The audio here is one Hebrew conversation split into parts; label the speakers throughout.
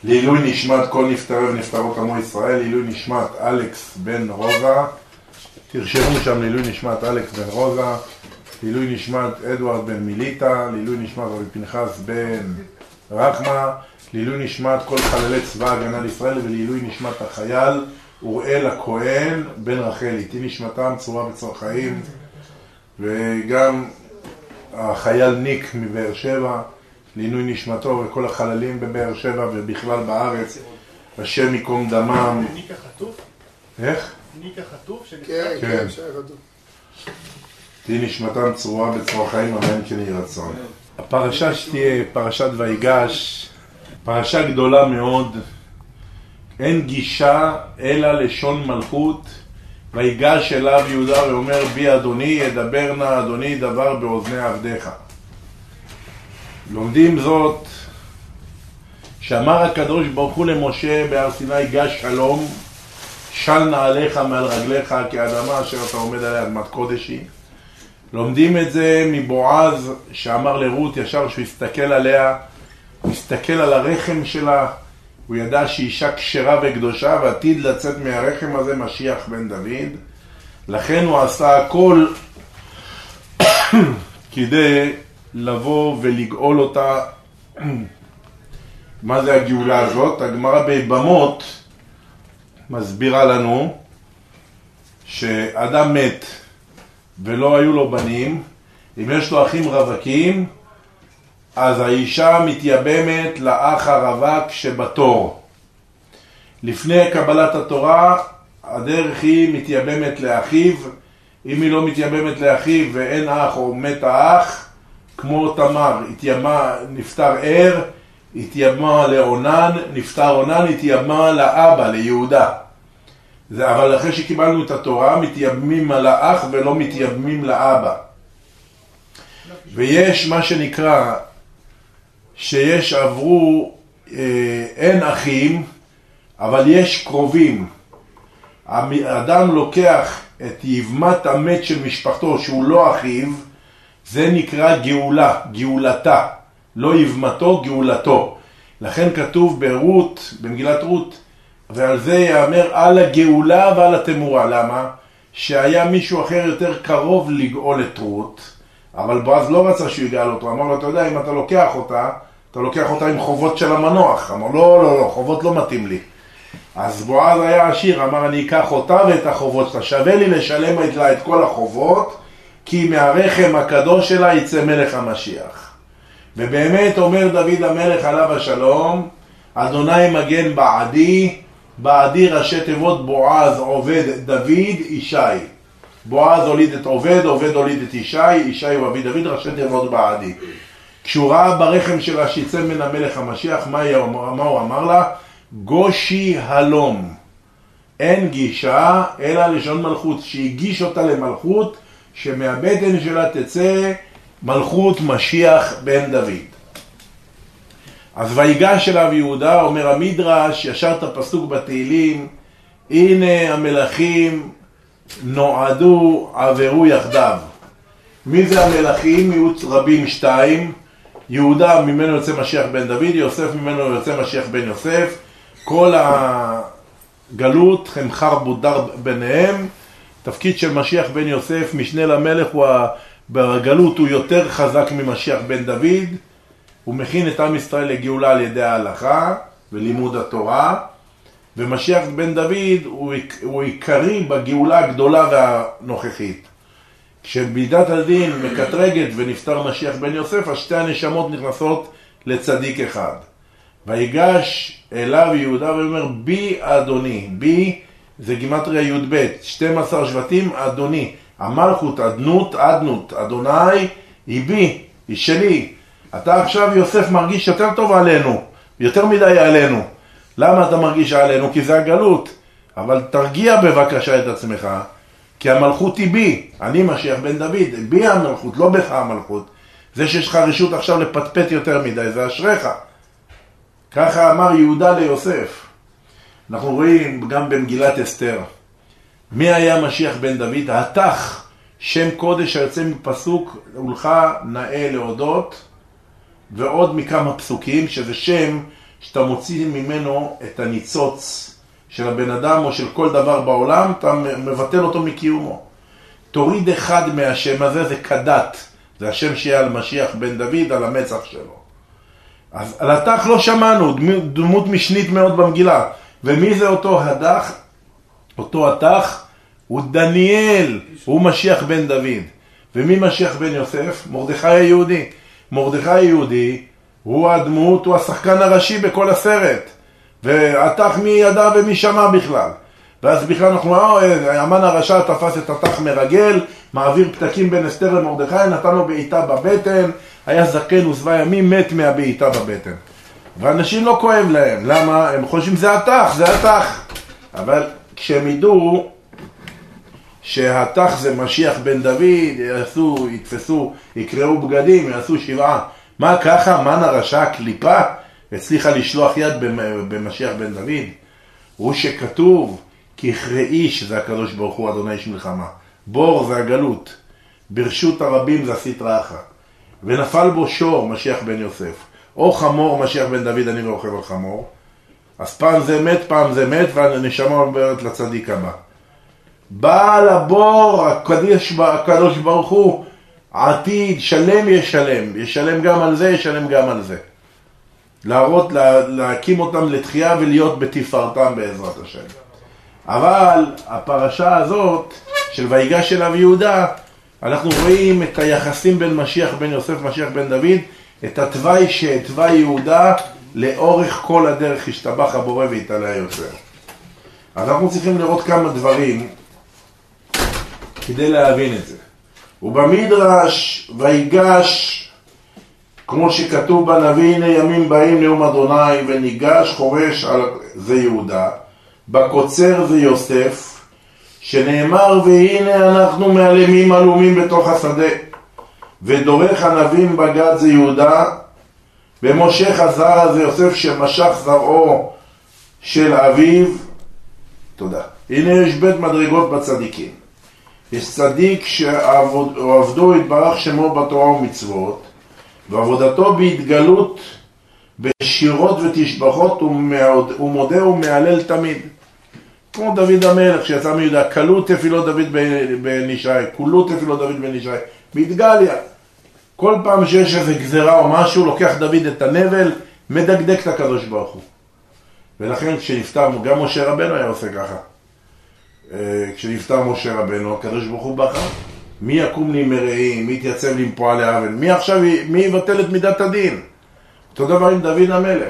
Speaker 1: לעילוי נשמת כל נפטרי ונפטרות עמו ישראל, לעילוי נשמת אלכס בן רוזה, תרשמו שם לעילוי נשמת אלכס בן רוזה, לעילוי נשמת אדוארד בן מיליטה, לעילוי נשמת רבי פנחס בן רחמה, לעילוי נשמת כל חללי צבא הגנה לישראל, ולעילוי נשמת החייל אוראל הכהן בן רחלי, תהי נשמתם צרורה בצור חיים, וגם החייל ניק מבאר שבע, לעילוי נשמתו וכל החללים בבאר שבע ובכלל בארץ, השם יקום דמם.
Speaker 2: ניק החטוף?
Speaker 1: איך?
Speaker 2: ניק החטוף?
Speaker 3: כן, שהיה חטוף.
Speaker 1: תהי נשמתם צרורה בצרור חיים, אמן כן יהי רצון. הפרשה שתהיה פרשת ויגש, פרשה גדולה מאוד. אין גישה אלא לשון מלכות. ויגש אליו יהודה ואומר בי אדוני ידבר נא אדוני דבר באוזני עבדיך. לומדים זאת שאמר הקדוש ברוך הוא למשה בהר סיני גש שלום, של נעליך מעל רגליך כי האדמה אשר אתה עומד עליה אדמת קודש היא. לומדים את זה מבועז שאמר לרות ישר שהוא הסתכל עליה, הוא הסתכל על הרחם שלה, הוא ידע שהיא אישה כשרה וקדושה ועתיד לצאת מהרחם הזה משיח בן דוד, לכן הוא עשה הכל כדי לבוא ולגאול אותה. מה זה הגאולה הזאת? הגמרא בבמות מסבירה לנו שאדם מת ולא היו לו בנים, אם יש לו אחים רווקים, אז האישה מתייבמת לאח הרווק שבתור. לפני קבלת התורה, הדרך היא מתייבמת לאחיו. אם היא לא מתייבמת לאחיו ואין אח או מת האח, כמו תמר, נפטר ער, התייבמה לעונן, נפטר עונן, התייבמה לאבא, ליהודה. אבל אחרי שקיבלנו את התורה, מתייבמים על האח ולא מתייבמים לאבא. ויש מה שנקרא, שיש עברו, אין אחים, אבל יש קרובים. האדם לוקח את יבמת המת של משפחתו, שהוא לא אחיו, זה נקרא גאולה, גאולתה. לא יבמתו, גאולתו. לכן כתוב ברות, במגילת רות, ועל זה יאמר על הגאולה ועל התמורה. למה? שהיה מישהו אחר יותר קרוב לגאול את רות, אבל בועז לא רצה שהוא יגאל אותו. אמר לו, אתה יודע, אם אתה לוקח אותה, אתה לוקח אותה עם חובות של המנוח. אמר, לא, חובות לא מתאים לי. אז בועז היה עשיר, אמר, אני אקח אותה ואת החובות שלה. שווה לי לשלם לה את כל החובות, כי מהרחם הקדוש שלה יצא מלך המשיח. ובאמת אומר דוד המלך עליו השלום, אדוני מגן בעדי, בעדי ראשי תיבות בועז עובד דוד ישי. בועז הוליד את עובד, עובד הוליד את ישי, ישי הוא אבי דוד, ראשי תיבות בעדי. כשהוא ראה ברחם שלה שיצא מן המלך המשיח, מה הוא אמר לה? גושי הלום. אין גישה אלא לשון מלכות, שהגיש אותה למלכות, שמהבטן שלה תצא מלכות משיח בן דוד. אז ויגש אליו יהודה, אומר המדרש, ישר את הפסוק בתהילים, הנה המלכים נועדו עברו יחדיו. מי זה המלכים? מיעוץ רבים 2, יהודה ממנו יוצא משיח בן דוד, יוסף ממנו יוצא משיח בן יוסף, כל הגלות חמחר בודר ביניהם. תפקיד של משיח בן יוסף, משנה למלך, בגלות הוא יותר חזק ממשיח בן דוד, הוא מכין את עם ישראל לגאולה על ידי ההלכה ולימוד התורה, ומשיח בן דוד הוא עיקרי בגאולה הגדולה והנוכחית. כשבידת הדין מקטרגת ונפטר משיח בן יוסף, אז שתי הנשמות נכנסות לצדיק אחד. ויגש אליו יהודה ואומר בי אדוני, בי זה גימטריה י"ב, 12 שבטים אדוני, המלכות אדנות, אדוני היא בי, היא שלי. אתה עכשיו יוסף מרגיש יותר טוב עלינו, יותר מדי עלינו. למה אתה מרגיש עלינו? כי זה הגלות. אבל תרגיע בבקשה את עצמך, כי המלכות היא בי, אני משיח בן דוד, בי המלכות, לא בך המלכות. זה שיש לך רשות עכשיו לפטפט יותר מדי, זה אשריך. ככה אמר יהודה ליוסף. אנחנו רואים גם במגילת אסתר, מי היה משיח בן דוד? התח, שם קודש היוצא מפסוק, הולכה נאה להודות, ועוד מכמה פסוקים, שזה שם שאתה מוציא ממנו את הניצוץ של הבן אדם או של כל דבר בעולם, אתה מבטל אותו מקיומו. תוריד אחד מהשם הזה, זה קדת, זה השם שיהיה על משיח בן דוד, על המצח שלו. אז על התח לא שמענו, דמות משנית מאוד במגילה. ומי זה אותו הדח? אותו התח הוא דניאל, הוא משיח בן דוד. ומי משיח בן יוסף? מרדכי היהודי. מרדכי היהודי הוא הדמות, הוא השחקן הראשי בכל הסרט. והתח מי ידע ומי שמע בכלל. ואז בכלל אנחנו המן הרשע תפס את התח מרגל, מעביר פתקים בין אסתר למרדכי, נתן לו בעיטה בבטן, היה זקן ושבע ימים, מת מהבעיטה בבטן. ואנשים לא כואב להם. למה? הם חושבים זה התח, זה התח. אבל כשהם ידעו שהתח זה משיח בן דוד, יתפסו, יקראו בגדים, יעשו שבעה. מה ככה? מן הרשע הקליפה הצליחה לשלוח יד במשיח בן דוד. הוא שכתוב כי יכרה איש, זה הקדוש ברוך הוא אדוני איש מלחמה. בור זה הגלות. ברשות הרבים זה הסטרא אחרא. ונפל בו שור, משיח בן יוסף. או חמור, משיח בן דוד, אני לא אוכל על חמור. אז פעם זה מת, פעם זה מת, והנשמה עוברת לצדיק הבא. בעל הבור, הקדוש ברוך הוא, עתיד, שלם ישלם. ישלם גם על זה, ישלם גם על זה. להראות, להקים אותם לתחייה ולהיות בתפארתם בעזרת השם. אבל הפרשה הזאת של ויגש אליו יהודה, אנחנו רואים את היחסים בין משיח בן יוסף משיח בן דוד, את התוואי שהתווה יהודה לאורך כל הדרך השתבח הבורא והתעלה יוצר. אנחנו צריכים לראות כמה דברים כדי להבין את זה. ובמדרש ויגש, כמו שכתוב בנביא, הנה ימים באים נאום אדוני, וניגש חורש על זה יהודה, בקוצר זה יוסף, שנאמר והנה אנחנו מעלמים עלומים בתוך השדה, ודורך ענבים בגד זה יהודה, ומשה חזר זה יוסף שמשך זרעו של אביו. תודה. הנה יש בית מדרגות בצדיקים. יש צדיק שעבדו יתברך שמו בתורה ומצוות, ועבודתו בהתגלות בשירות ותשבחות הוא מודה ומעלל תמיד. כמו דוד המלך שיצא מיהודה, כלו תפילו דוד בן ישי, כולו תפילו דוד בן ישי, בהתגליה. כל פעם שיש איזו גזרה או משהו, לוקח דוד את הנבל, מדקדק את הקדוש ברוך הוא. ולכן כשנפטר, גם משה רבנו היה עושה ככה. כשנפטר משה רבנו, הקדוש ברוך הוא בכה. מי יקום לי מרעים, מי יתייצב לי עם פועל העוול, מי יבטל את מידת הדין. אותו דבר עם דוד המלך.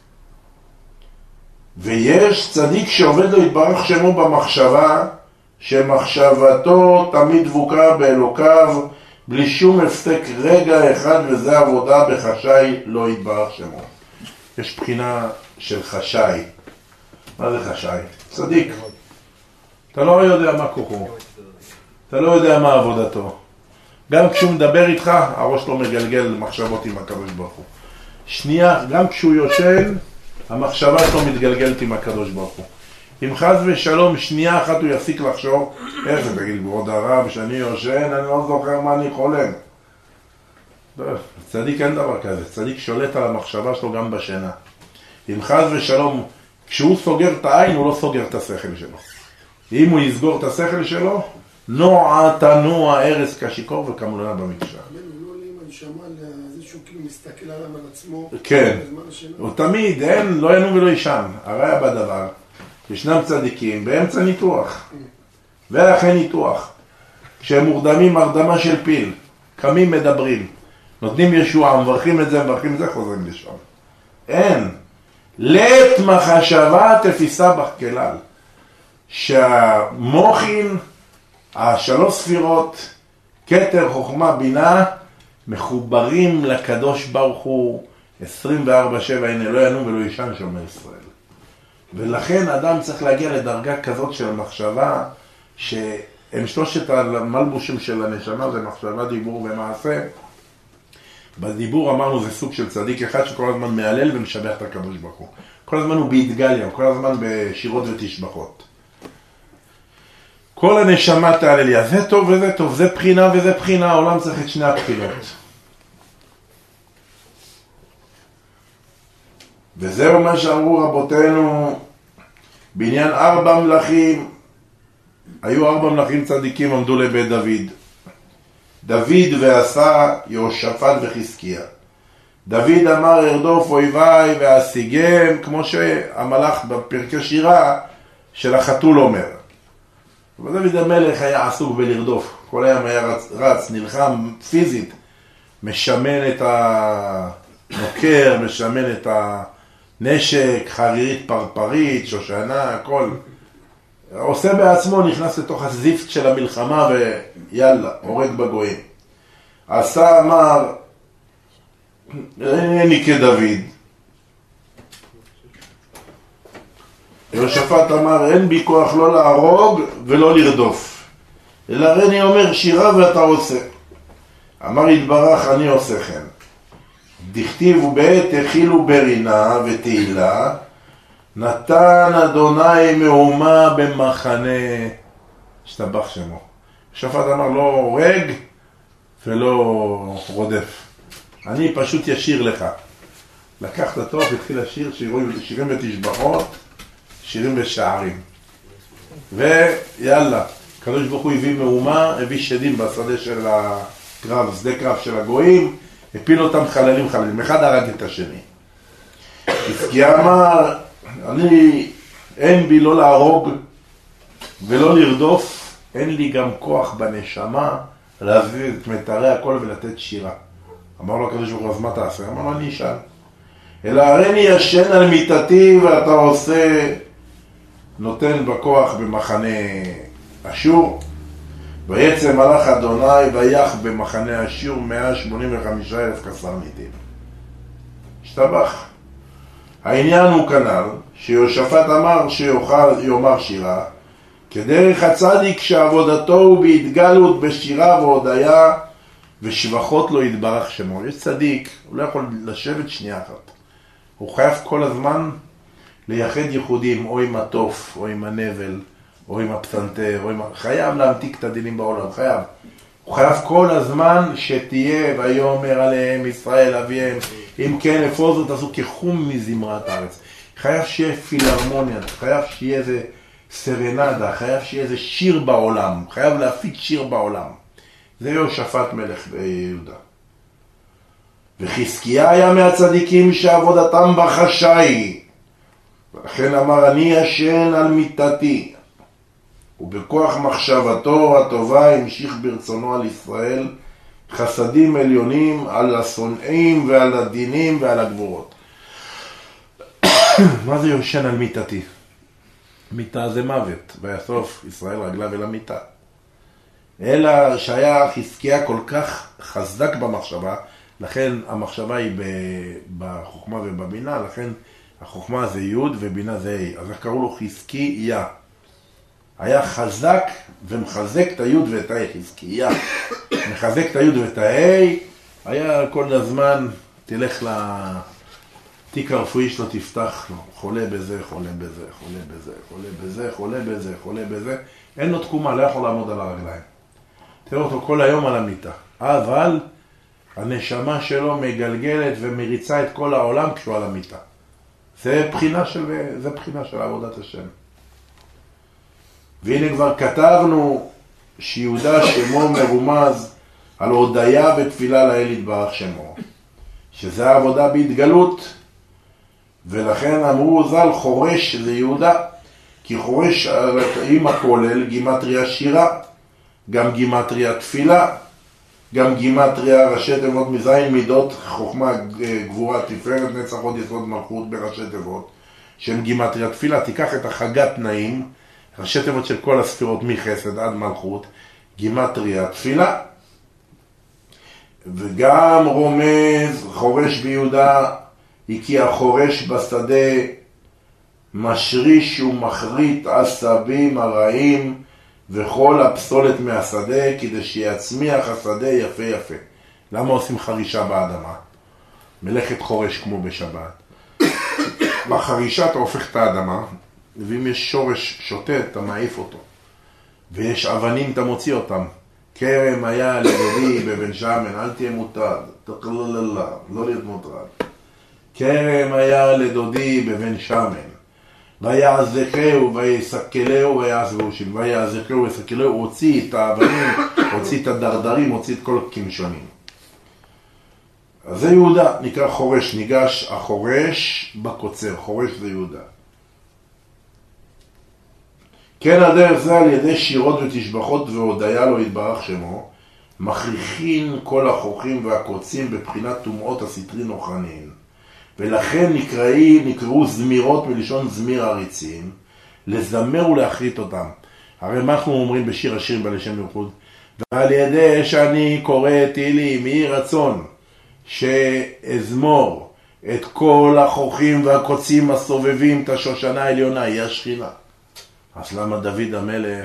Speaker 1: ויש צדיק שעובד לו יתברך שמו במחשבה, שמחשבתו תמיד דבוקה באלוקיו, בלי שום הפסק רגע אחד, וזה עבודה בחשאי לא יתברך שמו. יש בחינה של חשאי. מה זה חשאי? צדיק. אתה לא יודע מה כוחו. אתה לא יודע מה עבודתו. גם כשהוא מדבר איתך, הראש לא מגלגל מחשבות עם הקדוש ברוך הוא. שנייה, גם כשהוא יושן, המחשבה שלו מתגלגלת עם הקדוש ברוך הוא. אם חס ושלום, שנייה אחת הוא יפסיק לחשוב, איך זה תגיד, כבוד הרב, שאני יושן, אני לא זוכר מה אני חולם. צדיק אין דבר כזה, צדיק שולט על המחשבה שלו גם בשינה. אם חס ושלום, כשהוא סוגר את העין, הוא לא סוגר את השכל שלו. אם הוא יסגור את השכל שלו, נוע תנוע ארץ כשיקור וכמולנה במקשה.
Speaker 2: לא עולים הנשמה לזה שהוא כאילו מסתכל עליו על עצמו.
Speaker 1: כן, הוא תמיד, אין, לא ינום ולא ישן. הראיה בדבר, ישנם צדיקים באמצע ניתוח, ואחרי ניתוח, כשהם מורדמים הרדמה של פיל, קמים מדברים, נותנים ישועה, מברכים את זה, חוזרים לשם. אין. לית מחשבה תפיסה בך כלל. שהמוחין, השלוש ספירות, כתר, חוכמה, בינה, מחוברים לקדוש ברוך הוא 24/7, הנה לא ינום ולא ישן שומר ישראל. ולכן אדם צריך להגיע לדרגה כזאת של המחשבה, שהם שלושת המלבושים של הנשמה, זה מחשבה, דיבור ומעשה. בדיבור אמרנו זה סוג של צדיק אחד שכל הזמן מעלל ומשבח את הקדוש ברוך הוא. כל הזמן הוא בהתגליה, כל הזמן בשירות ותשבחות. כל הנשמה תעלה לי, זה טוב וזה טוב, זה בחינה וזה בחינה, העולם צריך את שני הבחינות. וזהו מה שאמרו רבותינו בעניין 4 מלכים. היו 4 מלכים צדיקים עמדו לבית דוד. דוד ועשה, יהושפט וחזקיה. דוד אמר ארדוף אויביי ואשיגם, כמו שהמלאך בפרקי שירה של החתול אומר. ודוד המלך היה עסוק בלרדוף, כל היום היה רץ, נלחם פיזית, משמן את הנוקר, משמן את הנשק, חרירית פרפרית, שושנה, הכל. עושה בעצמו, נכנס לתוך הזיפט של המלחמה ויאללה, הורג בגויים. עשה אמר, אני כדוד. יהושפט אמר, אין בי כוח לא להרוג ולא לרדוף, אלא אני אומר שירה ואתה עושה. אמר יתברך, אני עושה כן. דכתיב ובעת הכילו ברינה ותהילה, נתן אדוני מהומה במחנה, השתבח שמו. יהושפט אמר, לא הורג ולא רודף, אני פשוט ישיר לך. לקח את הטוב, התחיל לשיר שירים ותשבחות, שירים ושערים. ויאללה, הקדוש ברוך הוא הביא מהומה, הביא שדים בשדה של הקרב, שדה קרב של הגויים, הפיל אותם חללים, אחד הרג את השני. חזקיה אמר, אין בי לא להרוג ולא לרדוף, אין לי גם כוח בנשמה להביא את מיתרי הכל ולתת שירה. אמר לו הקדוש ברוך הוא, אז מה תעשה? אמר לו, אני אשאל. אלא הריני ישן על מיטתי ואתה עושה, נותן בכוח במחנה אשור. ויצא מלאך אדוני ויח במחנה אשור 185,000 קסרניתים. השתבח. העניין הוא כנ"ל, שיהושפט אמר שיאמר שירה, כדרך הצדיק שעבודתו הוא בהתגלות בשירה והודיה, ושבחות לו יתברך שמו. יש צדיק, הוא לא יכול לשבת שנייה אחת. הוא חייב כל הזמן לייחד ייחודים, או עם התוף, או עם הנבל, או עם הפסנתר, חייב להמתיק את הדינים בעולם, חייב. הוא חייב כל הזמן שתהיה, ויאמר עליהם ישראל אביהם, אם כן איפה זאת עשו כחום מזמרת הארץ. חייב שיהיה פילהרמוניה, חייב שיהיה איזה סרנדה, חייב שיהיה איזה שיר בעולם, חייב להפיק שיר בעולם. זה יהושפט מלך ביהודה. וחזקיה היה מהצדיקים שעבודתם בחשאי, ולכן אמר אני ישן על מיטתי, ובכוח מחשבתו הטובה המשיך ברצונו על ישראל חסדים עליונים על השונאים ועל הדינים ועל הגבורות. מה זה ישן על מיטתי? מיטה זה מוות, ויסוף ישראל רגליו אל המיטה. אלא שהיה חזקיה כל כך חזק במחשבה, לכן המחשבה היא בחוכמה ובבינה, לכן החוכמה זה י' ובינה זה ה', אז קראו לו חזקיה. היה חזק ומחזק את הי' ואת ה', חזקיה. מחזק את הי' ואת ה', היה כל הזמן, תלך לתיק הרפואי שלו, תפתח לו, חולה בזה, חולה בזה, חולה בזה, חולה בזה, חולה בזה, חולה בזה, אין לו תקומה, לא יכול לעמוד על הרגליים. תראה אותו כל היום על המיטה, אבל הנשמה שלו מגלגלת ומריצה את כל העולם כשהוא על המיטה. זה בחינה של עבודת השם. והנה כבר כתבנו שיהודה שמו מרומז על הודיה ותפילה לאל יתברך שמו, שזה העבודה בהתגלות. ולכן אמרו ז"ל חורש זה יהודה, כי חורש עם הכולל גימטריה שירה, גם גימטריה תפילה, גם גימטריה ראשי תיבות מזין מידות חוכמה גבורה תפארת נצח עוד יסוד מלכות בראשי תיבות שהם גימטריה תפילה. תיקח את החגת תנאים, ראשי תיבות של כל הספירות מחסד עד מלכות, גימטריה תפילה. וגם רומז חורש ביהודה היא כי החורש בשדה משריש ומחריט עשבים הרעים וכל הפסולת מהשדה כדי שיצמיח השדה יפה יפה. למה עושים חרישה באדמה? מלאכת חורש כמו בשבת. בחרישה אתה הופך את האדמה, ואם יש שורש שוטט אתה מעיף אותו, ויש אבנים אתה מוציא אותם. כרם היה לרבי בבן שמן, אל תהיה מוטרד, תקלללה, לא להיות מוטרד. כרם היה לדודי בבן שמן. ויעזקהו ויסקלהו ויעזבו שם. ויעזקהו ויסקלהו, הוא הוציא את האבנים, הוציא את הדרדרים, הוציא את כל הכמשונים. אז זה יהודה, נקרא חורש, ניגש החורש בקוצר, חורש זה יהודה. כן הדרך זה על ידי שירות ותשבחות והודיה לו יתברך שמו, מכריחין כל החוכים והקוצים בבחינת תומעות הסטרין אוכרנין, ולכן נקראו זמירות מלשון זמיר עריצים, לזמר ולהחריט אותם. הרי מה אנחנו אומרים בשיר השירים בלשם ייחוד? ועל ידי שאני קורא תהילים, יהי רצון שאזמור את כל החוכים והקוצים הסובבים את השושנה העליונה, היא השכינה. אז למה דוד המלך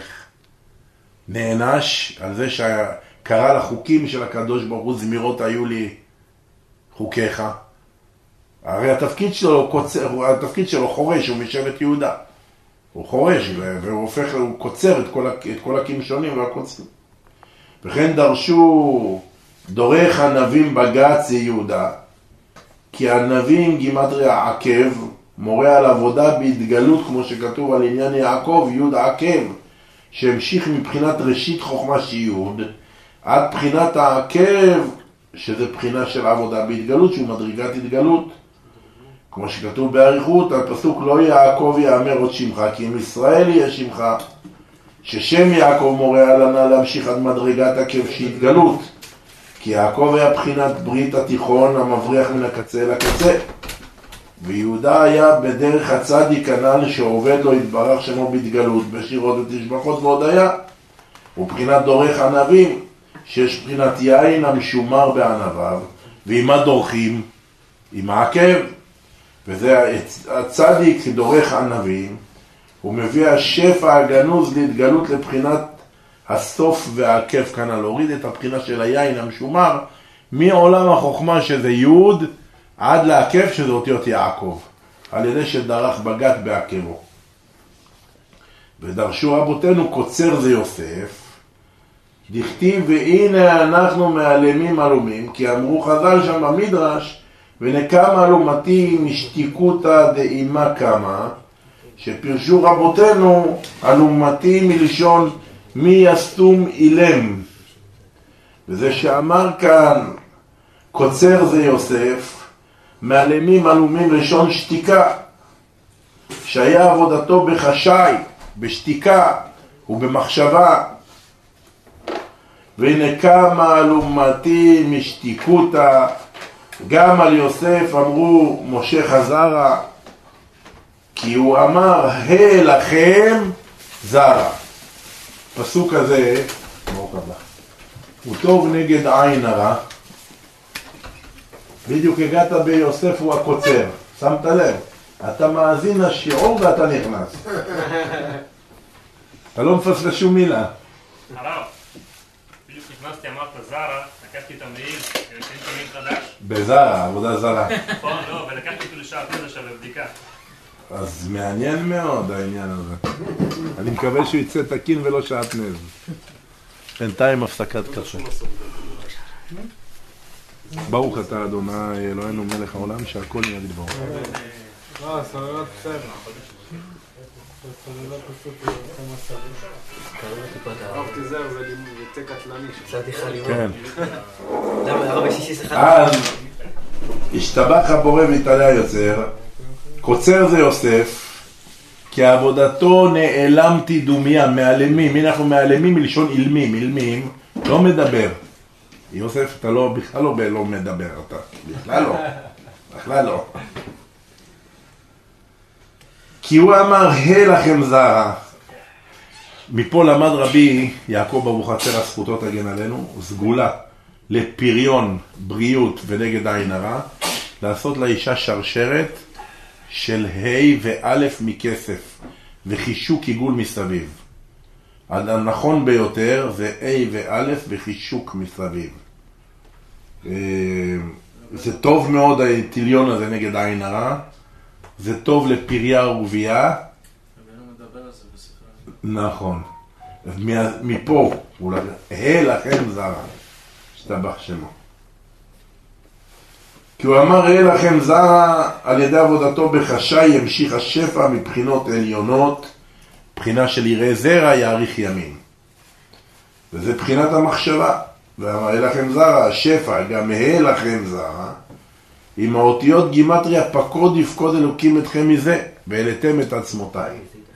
Speaker 1: נענש על זה שקרא לחוקים של הקדוש ברוך הוא זמירות היו לי חוקיך? הרי התפקיד שלו חורש, הוא משבט יהודה. הוא חורש והוא קוצר את כל הכמשונים והקוצים. וכן דרשו דורך הנבים בגץ יהודה, כי הנבים גימטריה עקב, מורה על עבודה בהתגלות, כמו שכתוב על עניין יעקב, יוד עקב, שהמשיך מבחינת ראשית חוכמה שיוד, עד בחינת העקב, שזה בחינה של עבודה בהתגלות, שהוא מדרגת התגלות. כמו שכתוב באריכות, הפסוק לא יעקב יאמר עוד שמך, כי אם ישראל יהיה שמך, ששם יעקב מורה עלנה להמשיך עד מדרגת עקב שהתגלות. כי יעקב היה בחינת ברית התיכון המבריח מן הקצה אל הקצה. ויהודה היה בדרך הצדיק הנ"ל שעובד לו יתברך שמו בהתגלות, בשירות ותשבחות והודיה. ובחינת דורך ענבים, שיש בחינת יין המשומר בענביו, ועם מה דורכים? עם העקב. וזה הצדיק דורך ענבים, הוא מביא השפע הגנוז להתגלות לבחינת הסוף והעקב כאן, להוריד את הבחינה של היין המשומר מעולם החוכמה שזה יוד עד לעקב שזה אותיות יעקב, על ידי שדרך בגת בעקבו. ודרשו רבותינו קוצר זה יוסף, דכתיב והנה אנחנו מעלמים עלומים, כי אמרו חז"ל שם במדרש, ונקם אלומתי משתיקותא דאימה קמה, שפרשו רבותינו אלומתי מלשון מי יסתום אילם. וזה שאמר כאן קוצר זה יוסף, מעלמים עלומים לשון שתיקה, שהיה עבודתו בחשאי, בשתיקה ובמחשבה. ונקם אלומתי משתיקותא, גם על יוסף אמרו משה חזרה, כי הוא אמר לכם זרה. פסוק הזה הוא טוב נגד עין הרע. בדיוק הגעת ביוסף הוא הקוצר, שמת לב, אתה מאזין לשיעור ואתה נכנס, אתה לא מפספס שום מילה.
Speaker 3: הרב, בדיוק נכנסתי, אמרת זרה, לקחתי את המעיל, ישנתי מעיל חדש.
Speaker 1: בזרה, עבודה זרה.
Speaker 3: נכון, לא, ולקחתי אותו לשעת נזע בבדיקה.
Speaker 1: אז מעניין מאוד העניין הזה. אני מקווה שהוא יצא תקין ולא שעת נז. בינתיים הפסקת קפה. ברוך אתה אדוני אלוהינו מלך העולם שהכל נהיה לדברו.
Speaker 4: לא, סוללות בסדר. סוללות פשוט הרב תיזהר, זה יצא קטלני.
Speaker 5: קצת לך לימוד.
Speaker 1: כן.
Speaker 5: למה הרב השישי שיחה?
Speaker 1: אז השתבח הבורא והתעלה היוצר, קוצר זה יוסף, כי עבודתו נעלמתי דומיה, מעלמים. הנה אנחנו מעלמים מלשון אילמים, אילמים, לא מדבר. יוסף אתה לא, בכלל לא מדבר, אתה בכלל לא. כי הוא אמר לכם זרה. מפה למד רבי יעקב ברוך הצר הזכותו תגן עלינו, סגולה לפריון, בריאות ונגד עין הרע, לעשות לאישה שרשרת של ה' וא' מכסף וחישוק עיגול מסביב. הנכון ביותר זה ה' וא' וחישוק מסביב. זה טוב מאוד הטיליון הזה נגד עין הרע, זה טוב לפריה ורבייה.
Speaker 3: רבינו מדבר על זה בספר.
Speaker 1: נכון. מפה, לכם זרה, שתבח שמו. כי הוא אמר ראה לכם זרע על ידי עבודתו בחשאי ימשיך השפע מבחינות עליונות, בחינה של יראה זרע יאריך ימים. וזה בחינת המחשבה. ואמר ראה לכם זרע, השפע, גם הא לכם זרע, עם האותיות גימטריה פקוד יפקוד אלוקים אתכם מזה, והעליתם את עצמותיי.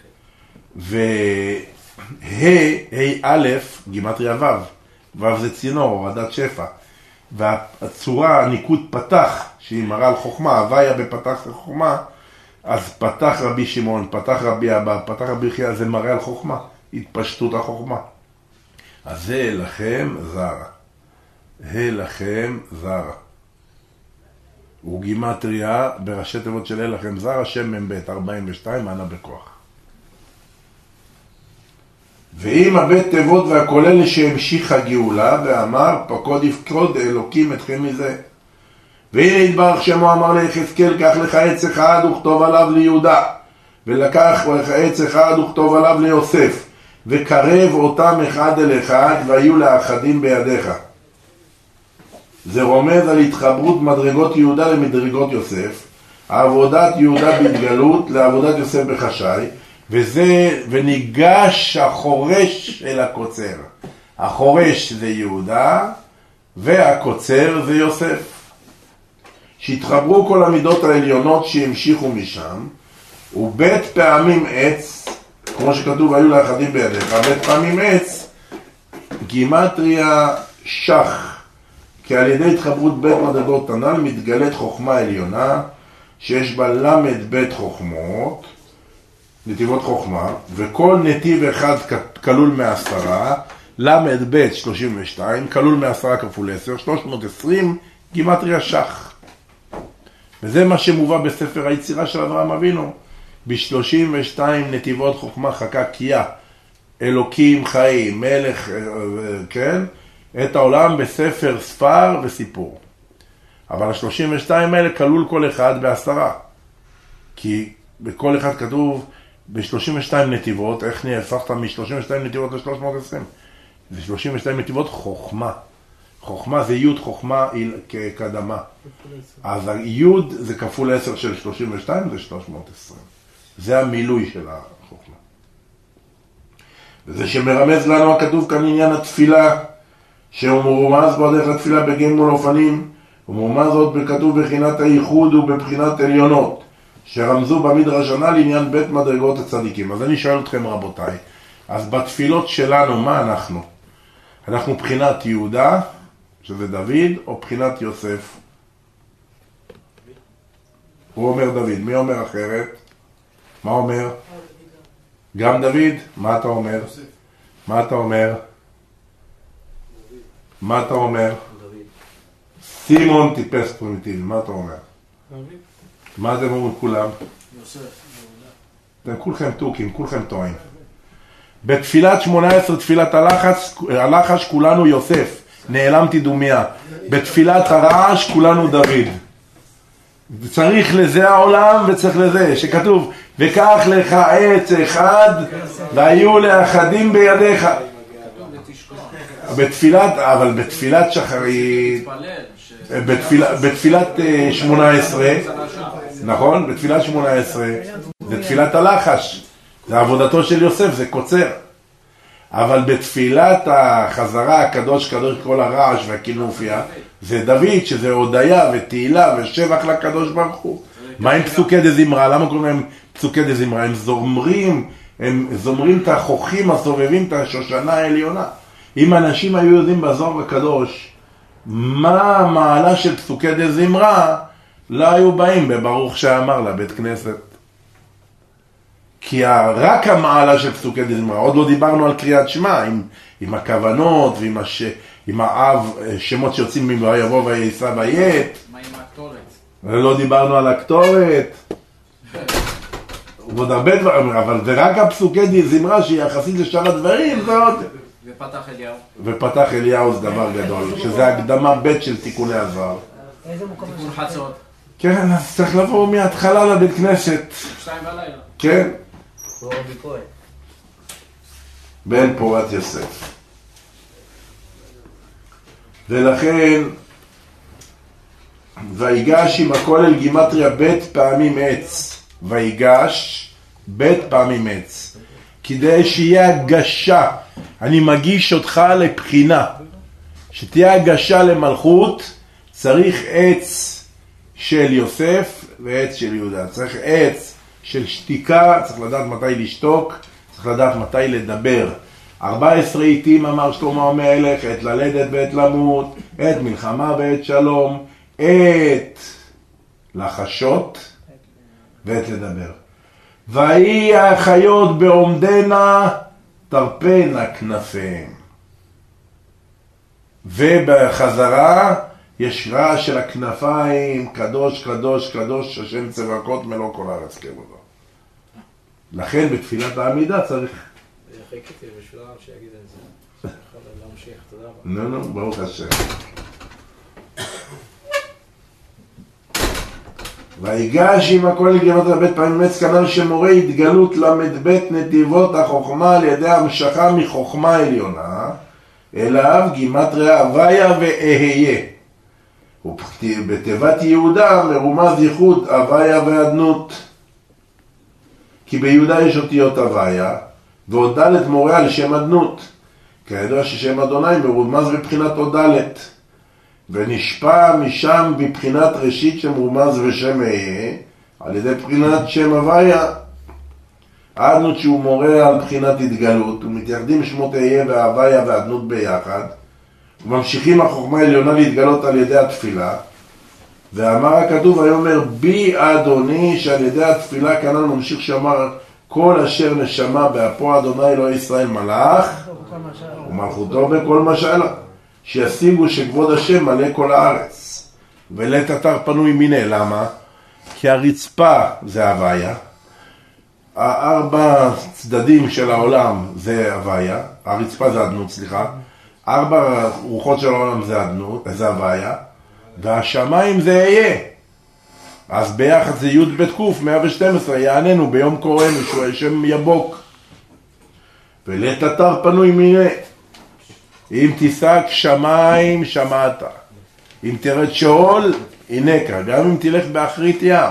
Speaker 1: א', גימטריה ו' זה צינור, הורדת שפע. והצורה, הניקוד פתח, שהיא מראה על חוכמה, הוויה בפתח חוכמה, אז פתח רבי שמעון, פתח רבי אבא, פתח רבי חייא, זה מראה על חוכמה, התפשטות החוכמה. אז זה לכם זרע. לכם זרע. הוא גימטריה בראשי תיבות של לכם זרע, שם מ"ב 42, ענה בכוח. ואם הבית תיבות והכולל שהמשיך הגאולה ואמר פקוד יפקוד אלוקים אתכם מזה. והנה יתברך שמו אמר ליחזקאל קח לך עץ אחד וכתוב עליו ליהודה ולקח לך עץ אחד וכתוב עליו ליוסף וקרב אותם אחד אל אחד והיו לאחדים בידיך. זה רומז על התחברות מדרגות יהודה למדרגות יוסף, עבודת יהודה בהתגלות לעבודת יוסף בחשאי, וניגש החורש אל הקוצר. החורש זה יהודה והקוצר זה יוסף. שהתחברו כל המידות העליונות שהמשיכו משם, ובית פעמים עץ, כמו שכתוב היו לאחדים בידיך, בית פעמים עץ, גימטריה שח, כי על ידי התחברות בית מדרגות הנ"ל מתגלית חוכמה עליונה, שיש בה למד בית חוכמות, נתיבות חוכמה, וכל נתיב אחד כלול מ10, למד בית 32, כלול מ10 כפול 10, 320, גימטריה שח. וזה מה שמובא בספר היצירה של אברהם אבינו. ב32 נתיבות חוכמה חקק יה, אלוקים חיים, מלך, כן? את העולם בספר ספר וסיפור. אבל ה32 האלה כלול כל אחד ב10. כי בכל אחד כתוב ב32 נתיבות, איך נהפכת מ32 נתיבות ל320? זה 32 נתיבות חוכמה. חוכמה זה י' חוכמה כקדמה. אז הי' זה כפול 10 של 32 זה 320. זה המילוי של החוכמה. וזה שמרמז לנו הכתוב כאן עניין התפילה, שהוא מרומז בו דרך התפילה בגין מול אופנים, ומרומז עוד בכתוב בחינת הייחוד ובבחינת עליונות, שרמזו במדרש הנ"ל לעניין בית מדרגות הצדיקים. אז אני שואל אתכם רבותיי, אז בתפילות שלנו מה אנחנו? אנחנו בחינת יהודה, שזה דוד, או בחינת יוסף? הוא אומר דוד, מי אומר אחרת? מה אומר? גם דוד? מה אתה אומר? מה אתה אומר? מה אתה אומר? סימון טיפס פרימיטיבי, מה אתה אומר? מה אתם אומרים כולם?
Speaker 2: יוסף.
Speaker 1: אתם כולכם טוקים, כולכם טועים. בתפילת 18, תפילת הלחש, כולנו יוסף, נעלמתי דומיה. בתפילת הרעש, כולנו דוד. צריך לזה העולם וצריך לזה, שכתוב, וקח לך עץ אחד והיו לאחדים בידיך. אבל בתפילת שחרית, בתפילת 18, נכון? בתפילת 18, זה תפילת הלחש, זה עבודתו של יוסף, זה קוצר. אבל בתפילת החזרה, הקדוש קדוש כל הרעש והכינופיה, זה דוד, שזה הודיה ותהילה ושבח לקדוש ברוך הוא. מה עם פסוקי דזמרה? למה קוראים להם פסוקי דזמרה? הם זומרים את החוכים הסובבים את השושנה העליונה. אם אנשים היו יודעים בזוהר הקדוש מה המעלה של פסוקי דזמרה, לא היו באים בברוך שאמר לבית כנסת. כי רק המעלה של פסוקי דזמרה, עוד לא דיברנו על קריאת שמע, עם הכוונות ועם האב, שמות שיוצאים מבוא ויישא ויית.
Speaker 3: מה עם הקטורת?
Speaker 1: לא דיברנו על הקטורת. ועוד הרבה דברים, אבל זה רק הפסוקי דזמרה שהיא יחסית לשאר הדברים, זה עוד...
Speaker 3: ופתח אליהו.
Speaker 1: ופתח אליהו זה דבר גדול, שזה הקדמה ב' של תיקוני הזוהר.
Speaker 6: איזה מקום
Speaker 3: תיקון חצות.
Speaker 1: כן, אז צריך לבוא מההתחלה לבית כנסת.
Speaker 3: 2 בלילה.
Speaker 1: כן.
Speaker 5: כמו רבי כהן.
Speaker 1: בן פורת יוסף. ולכן ויגש עם הכולל גימטריה בית פעמים עץ. ויגש בית פעמים עץ. כדי שיהיה הגשה. אני מגיש אותך לבחינה. שתהיה הגשה למלכות, צריך עץ של יוסף ועץ של יהודה. צריך עץ של שתיקה, צריך לדעת מתי לשתוק, צריך לדעת מתי לדבר. 14 עיתים אמר שלמה המלך, עת ללדת ועת למות, עת מלחמה ועת שלום, עת לחשות ועת לדבר. ויהי החיות בעומדנה תרפנה כנפיהם. ובחזרה יש רעש של הכנפיים, קדוש קדוש קדוש השם צבאות מלוא כל הארץ כבודו. לכן בתפילת העמידה צריך...
Speaker 6: חיכיתי בשביל שיגיד את זה. יכול להמשיך, תודה רבה.
Speaker 1: נו, ברוך השם. ויגש עם הכולל גימטריה בית פעמים עץ, כנ"ל שמורה התגלות ל"ב נתיבות החוכמה על ידי המשכה מחוכמה עליונה אליו גימטריה הוויה ואהיה. ובתיבת יהודה מרומז ייחוד הוויה ואדנות. כי ביהודה יש אותיות הוויה ועוד ד' מורה על שם אדנות. כידוע ששם אדוני מרומז בבחינת עוד ד'. ונשפע משם בבחינת ראשית שמרומז ושם אהיה על ידי בחינת שם הוויה. האדנות שהוא מורה על בחינת התגלות, ומתייחדים שמות אהיה וההוויה והאדנות ביחד, וממשיכים החוכמה העליונה להתגלות על ידי התפילה. ואמר הכתוב ויאמר בי אדוני, שעל ידי התפילה כנ"ל ממשיך שאמר כל אשר נשמה באפו אדוני אלוהי ישראל מלאך ומלכותו בכל משל, שישיגו שכבוד השם מלא כל הארץ. ולית אתר פנוי מיני. למה? כי הרצפה זה הוויה, 4 צדדים של העולם זה הוויה, הרצפה זה אדנות, סליחה, 4 רוחות של העולם זה אדנות, זה הוויה, והשמיים זה אהיה. אז ביחד זה י' ב' ק' 112, יעננו ביום קוראנו שהוא השם יבוק. ולית אתר פנוי מיני. אם תישק שמיים שמעת, אם תרד שאול הינקה, גם אם תלך באחרית ים.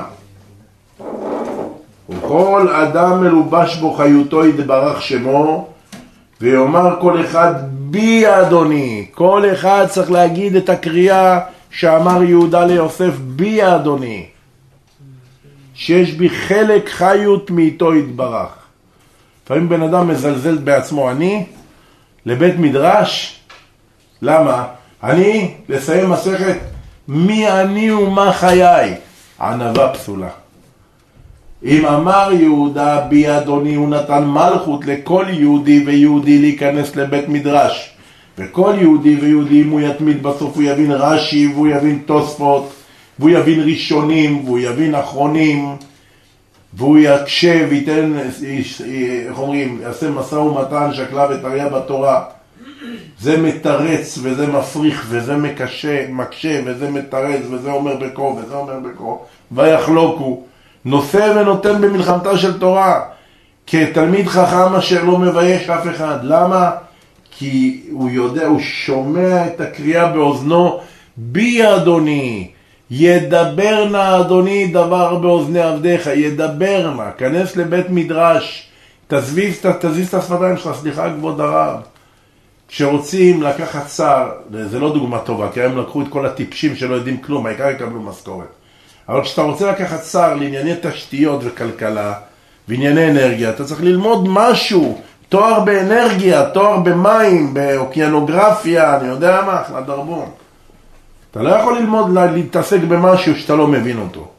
Speaker 1: וכל אדם מלובש בו חיותו יתברך שמו, ויאמר כל אחד בי אדוני. כל אחד צריך להגיד את הקריאה שאמר יהודה ליוסף, בי אדוני, שיש בי חלק חיות מאיתו יתברך. לפעמים בן אדם מזלזל בעצמו, אני לבית מדרש. למה? אני לסיים מסכת מי אני ומה חיי, ענווה פסולה. אם אמר יהודה בי אדוני, הוא נתן מלכות לכל יהודי ויהודי להיכנס לבית מדרש. וכל יהודי ויהודי, אם הוא יתמיד בסוף הוא יבין רש"י, והוא יבין תוספות, והוא יבין ראשונים, והוא יבין אחרונים, והוא יקשב, ייתן, איך אומרים, יעשה משא ומתן, שקלה וטריה בתורה. זה מתרץ וזה מפריך וזה מקשה וזה מתרץ וזה אומר בקו וזה אומר בקו. ויחלוקו. נושא ונותן במלחמתה של תורה. כתלמיד חכם אשר לא מבייש אף אחד. למה? כי הוא יודע, הוא שומע את הקריאה באוזנו, בי אדוני, ידבר נא אדוני דבר באוזני עבדיך, ידבר נא, כנס לבית מדרש, תזיז את השפתיים שלך, סליחה כבוד הרב. כשרוצים לקחת שר, זה לא דוגמה טובה, כי הם לקחו את כל הטיפשים שלא יודעים כלום, העיקר יקבלו משכורת. אבל כשאתה רוצה לקחת שר לענייני תשתיות וכלכלה, וענייני אנרגיה, אתה צריך ללמוד משהו, תואר באנרגיה, תואר במים, באוקיינוגרפיה, אני יודע מה, לדרבון. אתה לא יכול ללמוד להתעסק במשהו שאתה לא מבין אותו.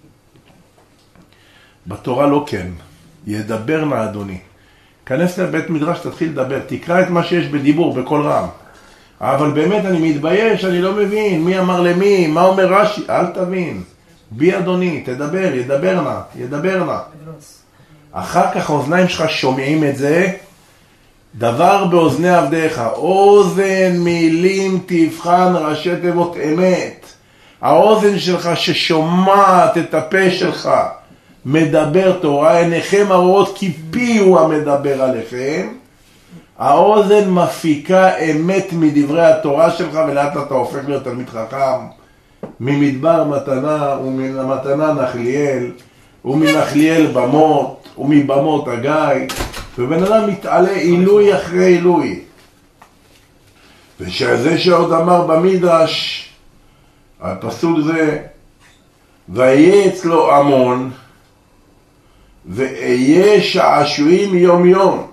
Speaker 1: בתורה לא כן. ידבר נא אדוני. כנס לבית מדרש, תתחיל לדבר, תקרא את מה שיש בדיבור, בכל רם. אבל באמת אני מתבייש, אני לא מבין, מי אמר למי, מה אומר רש"י, אל תבין. בי אדוני, תדבר, ידבר נא. אחר כך האוזניים שלך שומעים את זה, דבר באוזני עבדיך, אוזן מילים תבחן ראשי תיבות אמת. האוזן שלך ששומעת את הפה שלך, מדבר תורה, עיניכם הרואות כי פי הוא המדבר עליכם. האוזן מפיקה אמת מדברי התורה שלך, ולאט אתה הופך להיות תלמיד חכם, ממדבר מתנה ומן המתנה נחליאל, ומנחליאל במות, ומבמות הגיא, ובן אדם מתעלה עילוי אחרי עילוי. ושזה שעוד אמר במדרש, הפסוק זה, ויהיה אצלו המון, ואהיה שעשועים יום יום.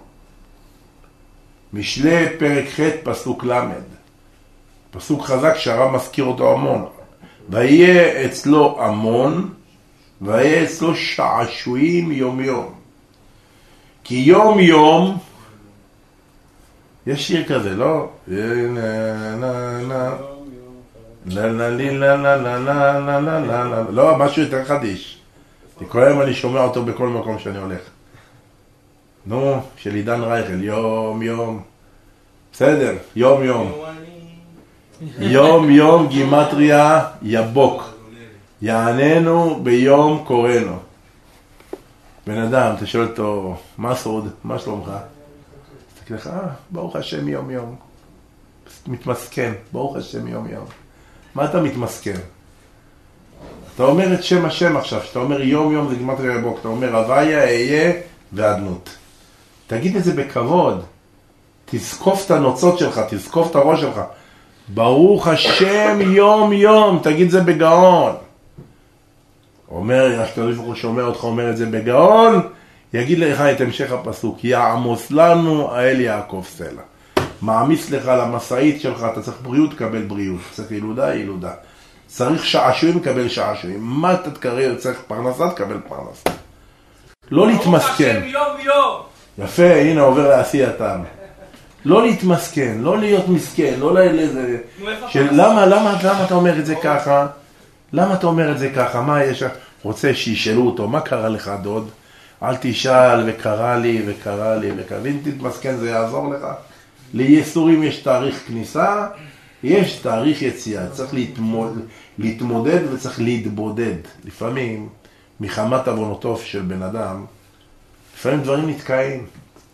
Speaker 1: משלי פרק ח' פסוק למד. פסוק חזק שהרב מזכיר אותו המון. ויהיה אצלו המון, ויהיה אצלו שעשועים יום יום. כי יום יום, יש שיר כזה, לא? לא, משהו יותר חדיש. כל היום אני שומע אותו בכל מקום שאני הולך. נו, של עידן רייכל, יום יום. בסדר, יום יום. יום יום גימטריה יבוק. יעננו ביום קוראנו. בן אדם, אתה שואל אותו, מה סוד? מה שלומך? תסתכל לך, ברוך השם יום יום. מתמסכן, ברוך השם יום יום. מה אתה מתמסכן? אתה אומר את שם השם עכשיו, שאתה אומר יום יום זה גימטריה יבוק, אתה אומר הוויה, אהיה ואדנות. תגיד את זה בכבוד. תזקוף את הנוצות שלך, תזקוף את הראש שלך. ברוך השם יום יום, תגיד את זה בגאון. אומר, הקדוש ברוך הוא שומע אותך אומר את זה בגאון, יגיד לך את המשך הפסוק, יעמוס לנו האל יעקב סלע. מעמיס לך למשאית שלך, אתה צריך בריאות, קבל בריאות. צריך ילודה, ילודה. צריך שעשועים, קבל שעשועים. מה אתה תקרא, צריך פרנסה, תקבל פרנסה. לא להתמסכן.
Speaker 3: ברוך השם יום יום.
Speaker 1: יפה, הנה עובר לעשייתם. לא להתמסכן, לא להיות מסכן, לא לזה. למה אתה אומר את זה ככה? למה אתה אומר את זה ככה? מה יש? רוצה שישאלו אותו, מה קרה לך דוד? אל תשאל, וקרה לי, וקרה לי, וקרה לי. אם תתמסכן זה יעזור לך. ליסורים יש תאריך כניסה, יש תאריך יציאה. צריך להתמודד וצריך להתבודד. לפעמים, מחמת עוונותיו של בן אדם, לפעמים דברים נתקעים.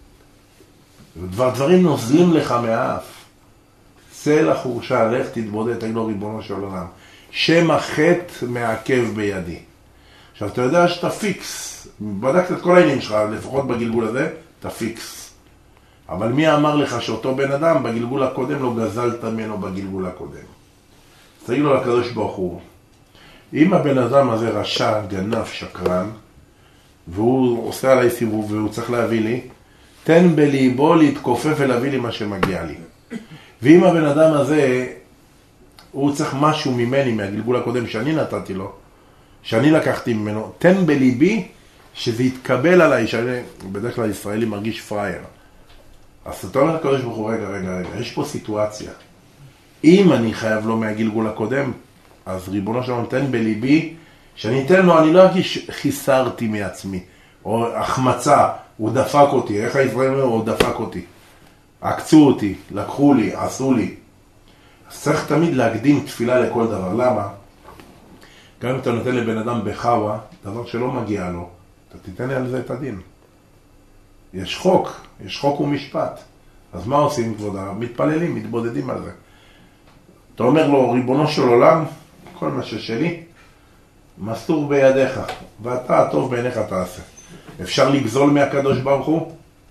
Speaker 1: דברים נוזלים לך מהאף. צא לחורשה, לך תתבודד, תגיד לו ריבונו של עולם. שם החטא מעכב בידי. עכשיו, אתה יודע שאתה פיקס. בדקת את כל העניינים שלך, לפחות בגלגול הזה, אתה פיקס. אבל מי אמר לך שאותו בן אדם בגלגול הקודם לא גזלת ממנו בגלגול הקודם? תגיד לו לקדוש ברוך הוא, אם הבן אדם הזה רשע, גנב, שקרן, והוא עושה עליי סיבוב והוא צריך להביא לי, תן בליבו להתכופף ולהביא לי מה שמגיע לי. ואם הבן אדם הזה, הוא צריך משהו ממני, מהגלגול הקודם שאני נתתי לו, שאני לקחתי ממנו, תן בליבי שזה יתקבל עליי, שאני בדרך כלל ישראלי מרגיש פרייר. אז אתה אומר לקדוש ברוך הוא, רגע, יש פה סיטואציה. אם אני חייב לו מהגלגול הקודם, אז ריבונו שלנו תן בליבי, שאני אתן לו, אני לא ארגיש חיסרתי מעצמי, או החמצה, הוא דפק אותי, איך הישראל אומר, הוא דפק אותי. עקצו אותי, לקחו לי, עשו לי. אז צריך תמיד להקדים תפילה לכל דבר. למה? גם אם אתה נותן לבן אדם בחווה, דבר שלא מגיע לו, אתה תיתן לי על זה את הדין. יש חוק ומשפט. אז מה עושים כבוד הרב? מתפללים, מתבודדים על זה. אתה אומר לו, ריבונו של עולם, כל מה ששלי, מסור בידיך, ואתה הטוב בעיניך תעשה. אפשר לגזול מהקדוש ברוך הוא?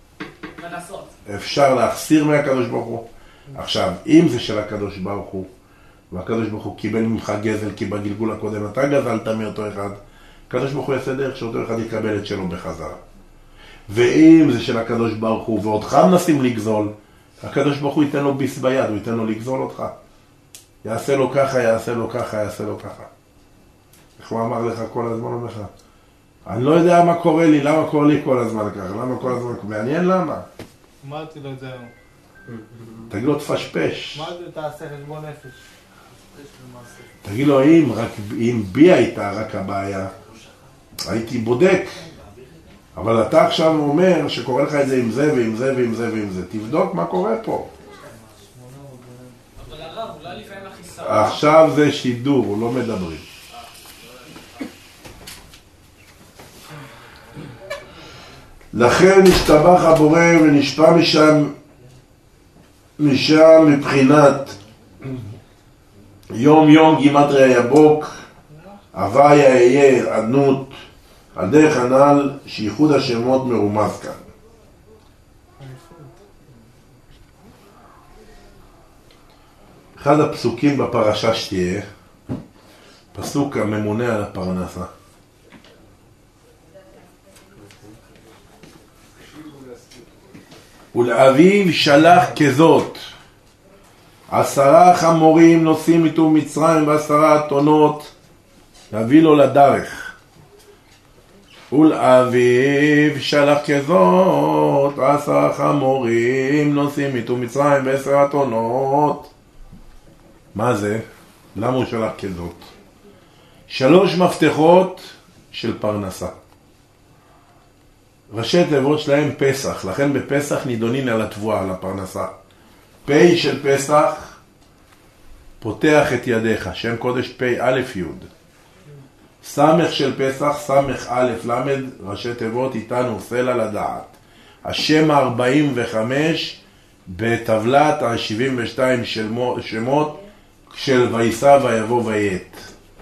Speaker 1: אפשר להחסיר מהקדוש ברוך הוא? עכשיו, אם זה של הקדוש ברוך הוא, והקדוש ברוך הוא קיבל ממך גזל, כי בגלגול הקודם אתה גזלת מאותו אחד, הקדוש ברוך הוא יעשה דרך שאותו אחד יקבל את שלו בחזרה. ואם זה של הקדוש ברוך הוא, ואותך מנסים לגזול, הקדוש ברוך הוא ייתן לו ביס ביד, הוא ייתן לו לגזול אותך. יעשה לו ככה, יעשה לו ככה, יעשה לו ככה. איך הוא אמר לך כל הזמן אומר לך? אני לא יודע מה קורה לי, למה קורה לי כל הזמן ככה, למה כל הזמן, מעניין למה?
Speaker 4: אמרתי לו את זה היום.
Speaker 1: תגיד לו תפשפש.
Speaker 4: מה זה תעשה חשבון נפש?
Speaker 1: תגיד לו אם בי הייתה רק הבעיה, הייתי בודק. אבל אתה עכשיו אומר שקורה לך את זה עם זה ועם זה ועם זה ועם זה. תבדוק מה קורה פה.
Speaker 3: אבל הרב, אולי לפעמים החיסרון.
Speaker 1: עכשיו זה שידור, לא מדברים. לכן נשתבח הבורא ונשפע משם מבחינת יום יום גימטריה יבוק, הוויה אהיה עדנות, על דרך הנ"ל שייחוד השמות מרומז כאן. אחד הפסוקים בפרשה שתהיה, פסוק הממונה על הפרנסה. ולאביו שלח כזאת, 10 חמורים נוסעים איתו מצרים ו10 אתונות, להביא לו לדרך. ולאביו שלח כזאת, 10 חמורים נוסעים איתו מצרים ו10 אתונות. מה זה? למה הוא שלח כזאת? 3 מפתחות של פרנסה. ראשי תיבות שלהם פסח, לכן בפסח נידונין על התבואה, על הפרנסה. פי של פסח, פותח את ידיך, שם קודש פי א' י'. סמך של פסח, סמך א' למד, ראשי תיבות איתנו סלע לדעת. השם 45 בטבלת ה-72 שמות של ויסע ויבוא וית.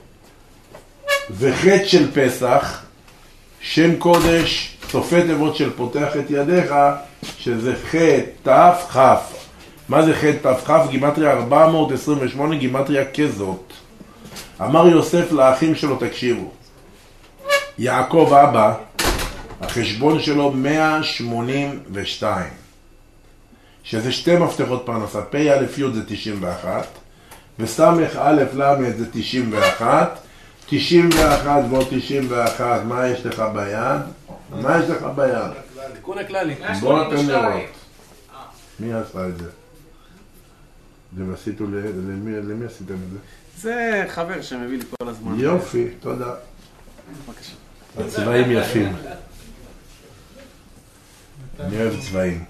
Speaker 1: וחטא של פסח, שם קודש, סופי תיבות של פותח את ידיך, שזה חטא תף חף. מה זה חטא תף חף? גימטריה 428, גימטריה כזאת. אמר יוסף לאחים שלו, תקשיבו, יעקב אבא, החשבון שלו 182, שזה 2 מפתחות פרנסה, פי א' י' זה 91, וסמך א' למד זה 91, 91 ועוד 91, מה יש לך ביד? מה יש לך ביד?
Speaker 6: תיקון הכללי.
Speaker 1: בוא נתן לראות. מי עשה את זה? למי עשיתם את זה?
Speaker 7: זה חבר שמביא לי כל הזמן.
Speaker 1: יופי, תודה.
Speaker 7: בבקשה.
Speaker 1: הצבעים יפים. אני אוהב צבעים.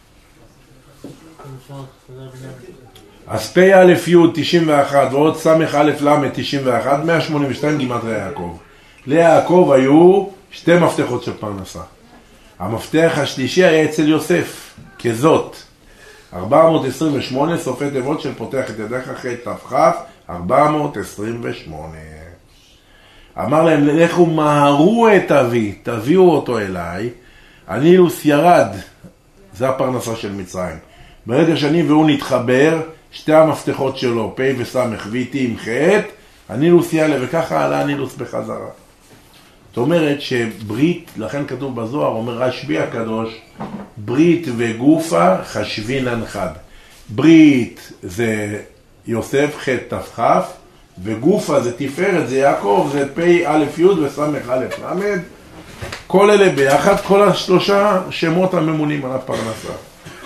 Speaker 1: אז פי א' י' 91 ועוד סמך א' למד 91, 182 גימטריה יעקב. ליעקב היו 2 מפתחות של פרנסה. המפתח השלישי היה אצל יוסף, כזאת. 428 סופי תיבות של פותח את ידיך אחרי תפחף, 428. אמר להם, לכו מהרו את אבי, תביאו אותו אליי. הנילוס ירד, זה הפרנסה של מצרים. ברגע שאני והוא נתחבר, 2 המפתחות שלו, פי וסמך ואיתי עם חטא, הנילוס יעלה, וככה עלה הנילוס בחזרה. זאת אומרת שברית, לכן כתוב בזוהר, אומר רשב"י הקדוש, ברית וגופה חשבינן חד. ברית זה יוסף חטא תפחף, וגופה זה תפארת, זה יעקב, זה פי א' י' וסמך א' למד. כל אלה ביחד, כל 3 שמות הממונים על הפרנסה.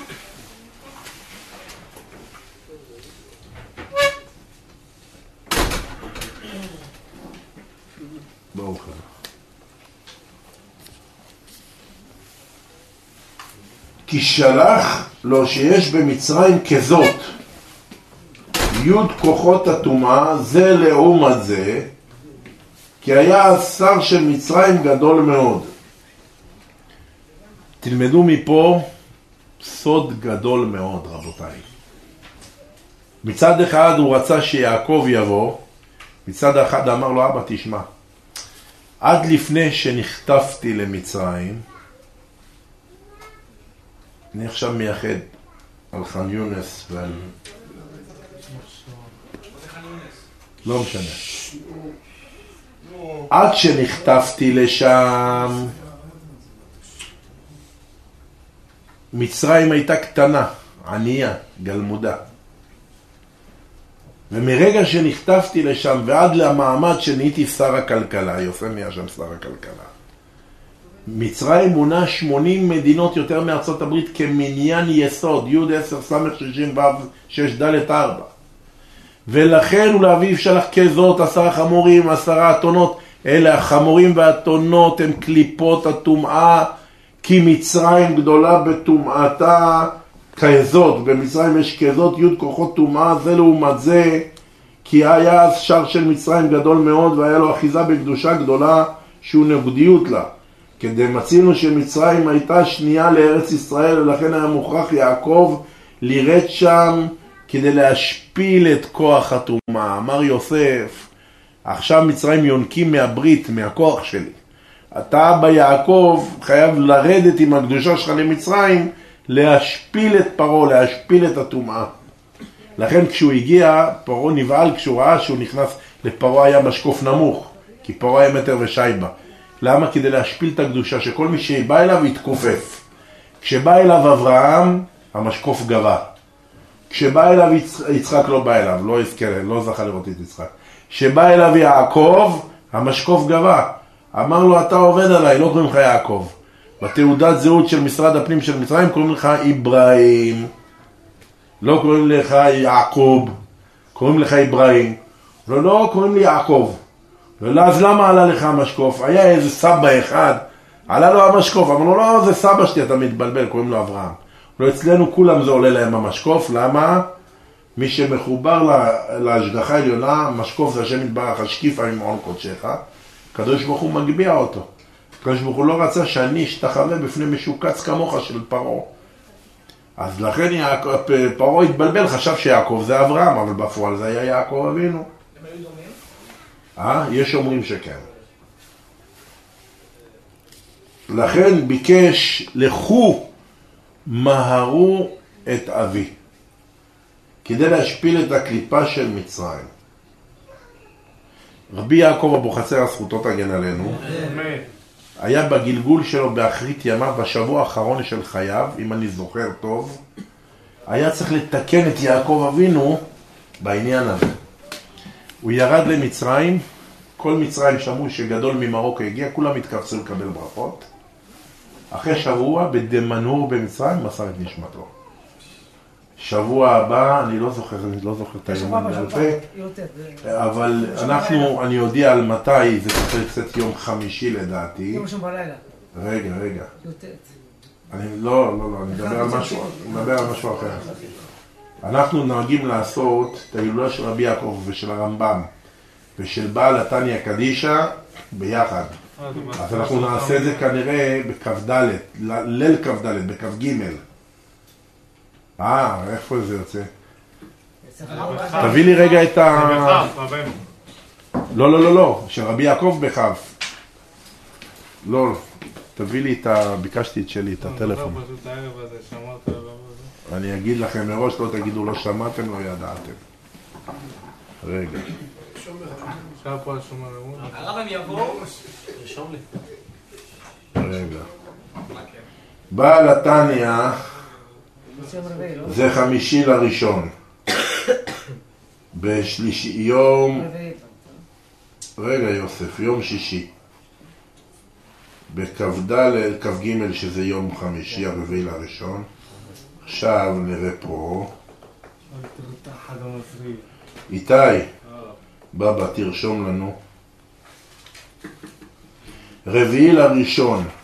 Speaker 1: ברוך הבא. כי שלח לו שיש במצרים כזאת, י' כוחות הטומאה, זה לעומת זה, כי היה השר של מצרים גדול מאוד. תלמדו מפה סוד גדול מאוד, רבותיי. מצד אחד הוא רצה שיעקב יבוא, מצד אחד אמר לו, אבא תשמע, עד לפני שנחטפתי למצרים, אני עכשיו מייחד על חאן יונס ועל... לא משנה. עד שנחטפתי לשם, מצרים הייתה קטנה, ענייה, גלמודה. ומרגע שנחטפתי לשם ועד למעמד שנהייתי שר הכלכלה, יוסף נהיה שם שר הכלכלה, מצרים מונה 80 מדינות יותר מארצות הברית כמניין יסוד, י' 10 סמך 60 ו' 6 ד' 4. ולכן הוא לאביו שלח כזאת 10 חמורים, 10 אתונות. אלה החמורים והאתונות הם קליפות הטומאה, כי מצרים גדולה בטומאתה כזאת. במצרים יש כזאת י' כוחות טומאה, זה לעומת זה, כי היה אז שר של מצרים גדול מאוד, והיה לו אחיזה בקדושה גדולה שהוא נגדיות לה. כדי מצינו שמצרים הייתה שנייה לארץ ישראל, ולכן היה מוכרח יעקב לרדת שם כדי להשפיל את כוח הטומאה. אמר יוסף, עכשיו מצרים יונקים מהברית, מהכוח שלי. אתה אבא יעקב חייב לרדת עם הקדושה שלך למצרים, להשפיל את פרעה, להשפיל את הטומאה. לכן כשהוא הגיע, פרעה נבעל כשהוא ראה שהוא נכנס, לפרעה היה משקוף נמוך, כי פרעה היה מטר ושייבה. למה? כדי להשפיל את הקדושה, שכל מי שבא אליו יתכופף. כשבא אליו אברהם, המשקוף גבה. כשבא אליו יצחק לא בא אליו, לא הזכר, לא זכה לראות את יצחק. כשבא אליו יעקב, המשקוף גבה. אמר לו, אתה עובד עליי, לא קוראים לך יעקב. בתעודת זהות של משרד הפנים של מצרים קוראים לך אברהים. לא קוראים לך יעקב, קוראים לך אברהים. לא קוראים לי יעקב. אז למה עלה לך המשקוף? היה איזה סבא אחד, עלה לו המשקוף, אמר לו, לא, זה סבא שלי, אתה מתבלבל, קוראים לו אברהם. לא, אצלנו כולם זה עולה להם המשקוף, למה? מי שמחובר להשגחה העליונה, משקוף זה השם יתברך, השקיפה ממעון קודשך, הקדוש ברוך הוא מגביה אותו. הקדוש ברוך הוא לא רצה שאני אשתחווה בפני משוקץ כמוך של פרעה. אז לכן פרעה התבלבל, חשב שיעקב זה אברהם, אבל בפועל זה היה יעקב אבינו.
Speaker 8: הם היו דומים?
Speaker 1: יש אומרים שכן. לכן ביקש, לכו מהרו את אבי, כדי להשפיל את הקליפה של מצרים. רבי יעקב אבוחצירא זכותו תגן עלינו, היה בגלגול שלו באחרית ימיו, בשבוע האחרון של חייו, אם אני זוכר טוב, היה צריך לתקן את יעקב אבינו בעניין הזה. הוא ירד למצרים, כל מצרים שמעו שגדול ממרוקו הגיע, כולם התקבצו לקבל ברכות. אחרי שבוע בדמנהור במצרים מסר את נשמתו. שבוע הבא, אני לא זוכר את היום אבל אני יודע על מתי, זה צריך לצאת יום חמישי לדעתי.
Speaker 8: יום ראשון בלילה.
Speaker 1: רגע. אני מדבר על משהו אחר. אנחנו נוהגים לעשות את ההילולה של רבי יעקב ושל הרמב"ם ושל בעל התניא קדישא ביחד. אז אנחנו נעשה את זה כנראה בכ"ד, ליל כ"ד, בכ"ג. איפה זה יוצא? תביא לי רגע את ה... לא, של רבי יעקב בכ"ף. לא, תביא לי את ה... ביקשתי את שלי, את הטלפון. אני אגיד לכם מראש, לא תגידו לא שמעתם, לא ידעתם. רגע.
Speaker 8: הרב הם יבואו?
Speaker 5: תרשום לי.
Speaker 1: רגע. בעל התניא זה 5/1. בשלישי, יום... רגע יוסף, יום שישי. בכ"ג שזה יום חמישי, 4/1. עכשיו נראה פה. איתי, בבא תרשום לנו. 4/1,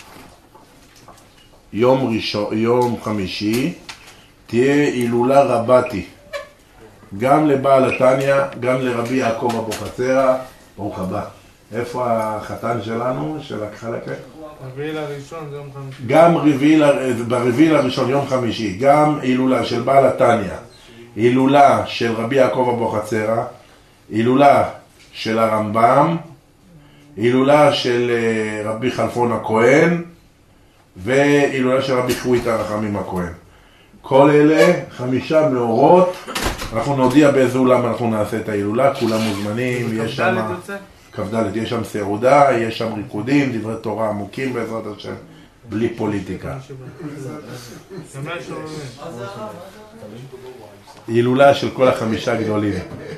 Speaker 1: יום חמישי, תהיה הילולה רבתי. גם לבעל התניא, גם לרבי יעקב אבוחצירא. ברוך הבא. איפה החתן שלנו, שלקחה לכך?
Speaker 4: 4/1 זה יום חמישי.
Speaker 1: גם ב4/1 יום חמישי, גם הילולה של בעל התניא, הילולה של רבי יעקב אבוחצירא, הילולה של הרמב"ם, הילולה של רבי חלפון הכהן, והילולה של רבי חווית הרחמים הכהן. כל אלה 5 מאורות. אנחנו נודיע באיזה אולם אנחנו נעשה את ההילולה, כולם מוזמנים. יש שם כ"ד, יש שם סעודה, יש שם ריקודים, דברי תורה עמוקים בעזרת השם, בלי פוליטיקה. הילולה של כל 5 גדולים.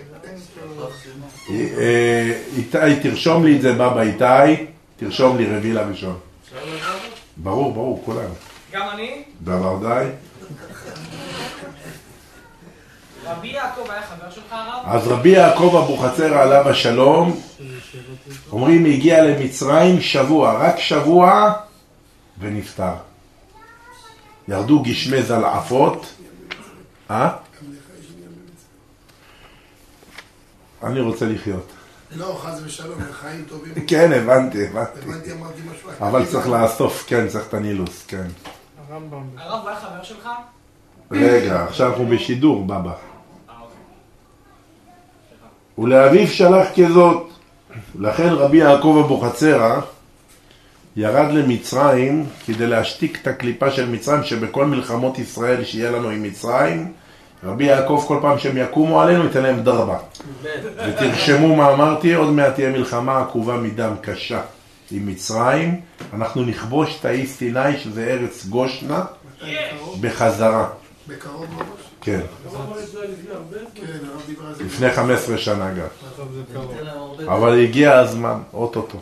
Speaker 1: איתי, תרשום לי את זה, בבא איתי, תרשום לי 4/1. ברור, כולם.
Speaker 8: גם אני?
Speaker 1: בוודאי.
Speaker 8: רבי יעקב היה חבר שלך הרב?
Speaker 1: אז רבי יעקב אבוחצירא עליו השלום, אומרים הגיע למצרים רק שבוע ונפטר. ירדו גשמי זלעפות. אני רוצה לחיות.
Speaker 2: לא, חס ושלום, חיים טובים.
Speaker 1: כן, הבנתי.
Speaker 2: אמרתי משהו.
Speaker 1: אבל צריך לאסוף, כן, צריך את הנילוס, כן.
Speaker 8: הרב הוא היה חבר שלך?
Speaker 1: רגע, עכשיו אנחנו בשידור, בבא. ולאביו שלח כזאת. לכן רבי יעקב אבוחצירא ירד למצרים כדי להשתיק את הקליפה של מצרים, שבכל מלחמות ישראל שיהיה לנו עם מצרים, רבי יעקב כל פעם שהם יקומו עלינו ייתן להם דרבה. ותרשמו מה אמרתי, עוד מעט תהיה מלחמה עקובה מדם קשה עם מצרים. אנחנו נכבוש את האי סיני, שזה ארץ גושנה, בחזרה.
Speaker 2: בקרוב ממש?
Speaker 1: כן.
Speaker 2: כן, הרב דיבר על זה.
Speaker 1: לפני 15 שנה גם. אבל הגיע הזמן, אוטוטו.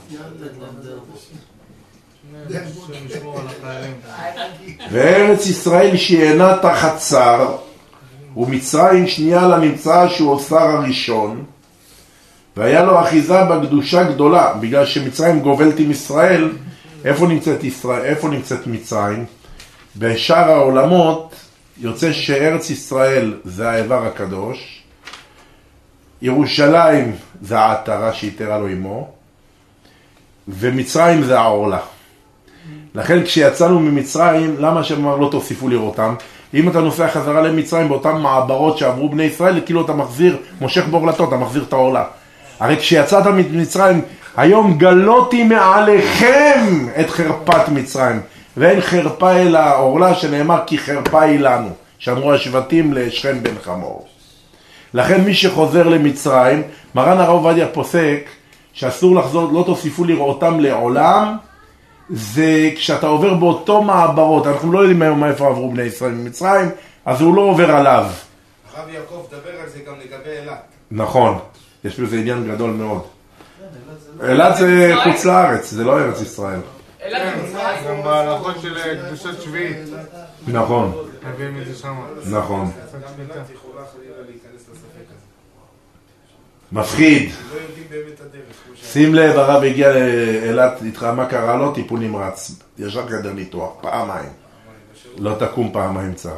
Speaker 4: שנשמור על החיילים.
Speaker 1: וארץ ישראל שאינה תחת שר, ומצרים שנייה לנמצא שהוא שר הראשון, והיה לו אחיזה בקדושה גדולה, בגלל שמצרים גובלת עם ישראל. איפה נמצאת ישראל? איפה נמצאת מצרים? בשאר העולמות יוצא שארץ ישראל זה האיבר הקדוש, ירושלים זה העטרה שהתרה לו עמו, ומצרים זה העורלה. לכן כשיצאנו ממצרים, למה שאמר לא תוסיפו לראותם? אם אתה נוסע חזרה למצרים באותן מעברות שעברו בני ישראל, כאילו אתה מחזיר, מושך בעורלתו, אתה מחזיר את העורלה. הרי כשיצאת ממצרים, היום גלותי מעליכם את חרפת מצרים, ואין חרפה אלא העורלה, שנאמר כי חרפה היא לנו, שאמרו השבטים לשכם בן חמור. לכן מי שחוזר למצרים, מרן הרב עובדיה פוסק שאסור לחזור, לא תוסיפו לראותם לעולם, זה כשאתה עובר באותו מעברות. אנחנו לא יודעים היום איפה עברו בני ישראל ממצרים, אז הוא לא עובר עליו.
Speaker 9: הרב יעקב דבר על זה גם לגבי אילת.
Speaker 1: נכון, יש בזה עניין גדול מאוד. אילת זה חוץ לארץ, זה לא ארץ ישראל.
Speaker 4: גם בהלכות של קדושת שביעית.
Speaker 1: נכון.
Speaker 4: מביאים את זה שם.
Speaker 1: נכון.
Speaker 9: גם אילת יכולה חלילה להיכנס לספק הזה.
Speaker 1: מפחיד.
Speaker 9: לא יודעים באמת הדרך.
Speaker 1: שים לב, הרב הגיע לאילת, איתך מה קרה לו? טיפול נמרץ. ישר חדר ניתוח, פעמיים. לא תקום פעמיים צרה.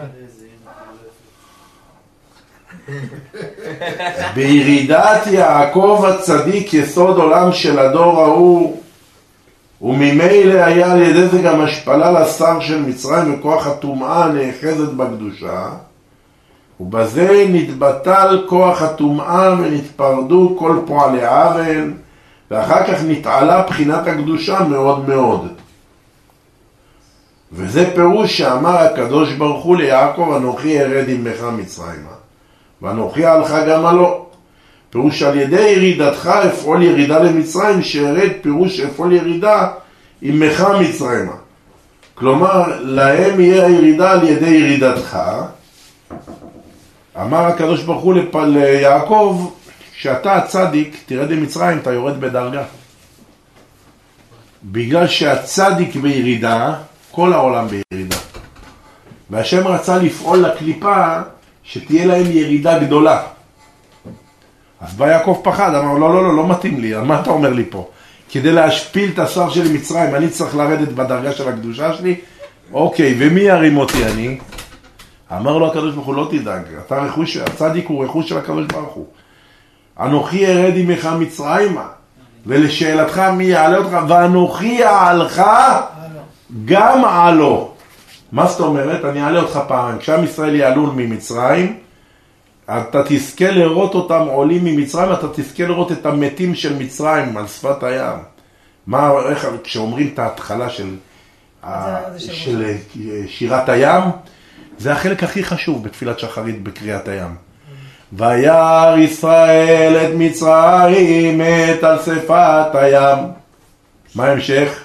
Speaker 1: בירידת יעקב הצדיק יסוד עולם של הדור ההוא, וממילא היה על ידי זה גם השפלה לשר של מצרים וכוח הטומאה נאחזת בקדושה, ובזה נתבטל כוח הטומאה ונתפרדו כל פועלי עוול, ואחר כך נתעלה בחינת הקדושה מאוד מאוד. וזה פירוש שאמר הקדוש ברוך הוא ליעקב, אנוכי ארד עמך מצרימה, ואנוכי עלך גם עלו. פירוש על ידי ירידתך אפעול ירידה למצרים, שארד פירוש אפעול ירידה עמך מצרימה. כלומר, להם יהיה הירידה על ידי ירידתך. אמר הקדוש ברוך הוא ליעקב, כשאתה הצדיק תרד למצרים, אתה יורד בדרגה. בגלל שהצדיק בירידה, כל העולם בירידה. והשם רצה לפעול לקליפה שתהיה להם ירידה גדולה. אז בא יעקב פחד, אמר לא מתאים לי, מה אתה אומר לי פה? כדי להשפיל את השר שלי מצרים, אני צריך לרדת בדרגה של הקדושה שלי? אוקיי, ומי ירים אותי אני? אמר לו הקדוש ברוך הוא, לא תדאג, אתה רכוש, הצדיק הוא רכוש של הקדוש ברוך הוא. אנוכי ארד עמך מצרימה, ולשאלתך מי יעלה אותך, ואנוכי אעלך גם עלו. מה זאת אומרת? אני אעלה אותך פעם. כשעם ישראל יעלו ממצרים, אתה תזכה לראות אותם עולים ממצרים, אתה תזכה לראות את המתים של מצרים על שפת הים. איך, כשאומרים את ההתחלה של שירת הים, זה החלק הכי חשוב בתפילת שחרית בקריאת הים. וירא ישראל את מצרים מת על שפת הים. מה ההמשך?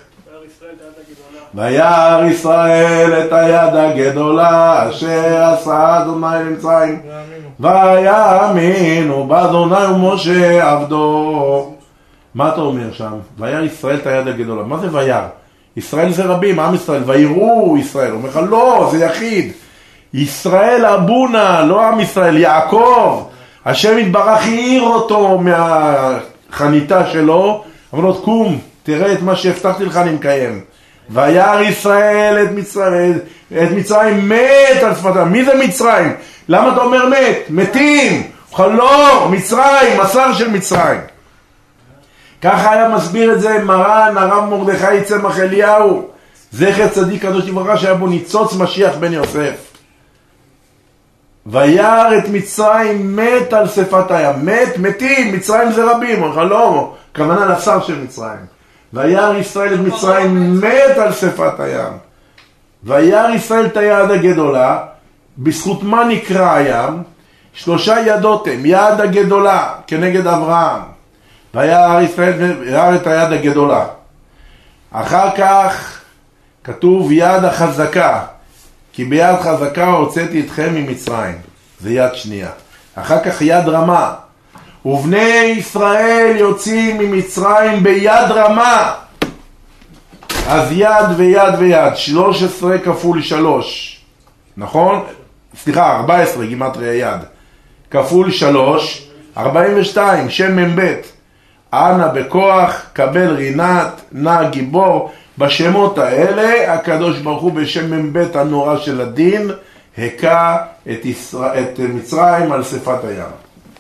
Speaker 1: וירא ישראל את היד הגדולה אשר עשה אדוני למצרים ויאמינו באדוני ומשה עבדו. מה אתה אומר שם? וירא ישראל את היד הגדולה. מה זה וירא? ישראל זה רבים, עם ישראל. ויראו ישראל. אומר לך לא, זה יחיד. ישראל אבונה, לא עם ישראל, יעקב. השם יתברך העיר אותו מהחניתה שלו, אמר לו קום, תראה את מה שהבטחתי לך אני מקיים. וירא ישראל את מצרים מת על שפתם. מי זה מצרים? למה אתה אומר מת? מתים, חלום, מצרים, מסר של מצרים. ככה היה מסביר את זה מרן הרב מרדכי צמח אליהו, זכר צדיק קדוש לברכה, שהיה בו ניצוץ משיח בן יוסף. וירא את מצרים מת על שפת הים. מתים, מצרים זה רבים. לא, כוונה לשר של מצרים. וירא ישראל את מצרים מת על שפת הים. וירא ישראל את היד הגדולה. בזכות מה נקרא הים? 3 ידות הם. יד הגדולה כנגד אברהם. וירא ישראל את היד הגדולה. אחר כך כתוב יד החזקה. כי ביד חזקה הוצאתי אתכם ממצרים. זה יד שנייה. אחר כך יד רמה. ובני ישראל יוצאים ממצרים ביד רמה. אז יד ויד ויד. 13 כפול 3. נכון? סליחה, 14 גימטריה יד. כפול 3. 42. שם מבית. אנא בכוח, קבל רינת, נע גיבור. בשמות האלה הקדוש ברוך הוא בשם מבית הנורא של הדין הקע את מצרים על שפת הים.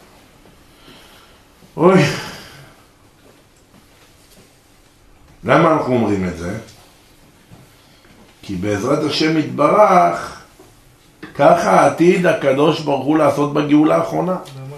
Speaker 1: אוי, למה אנחנו אומרים את זה? כי בעזרת השם יתברך ככה עתיד הקדוש ברוך הוא לעשות בגאולה האחרונה,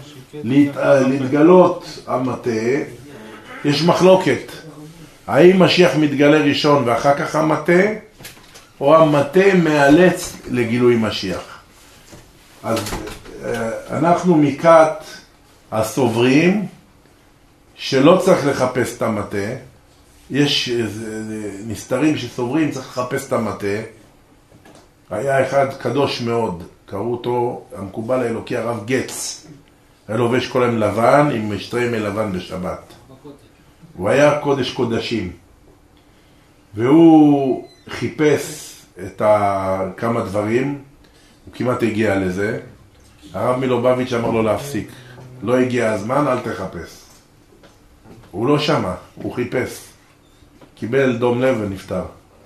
Speaker 1: להתגלות המטה. יש מחלוקת האם משיח מתגלה ראשון ואחר כך המטה, או המטה מאלץ לגילוי משיח. אז אנחנו מכת הסוברים שלא צריך לחפש את המטה. יש נסתרים שסוברים צריך לחפש את המטה. היה אחד קדוש מאוד, קראו אותו המקובל האלוקי הרב גץ. היה לובש כל היום לבן עם שטריימל לבן בשבת. הוא היה קודש קודשים, והוא חיפש את כמה דברים, הוא כמעט הגיע לזה. הרב מלובביץ' אמר לו להפסיק, לא הגיע הזמן, אל תחפש. הוא לא שמע, הוא חיפש, קיבל דום לב ונפטר.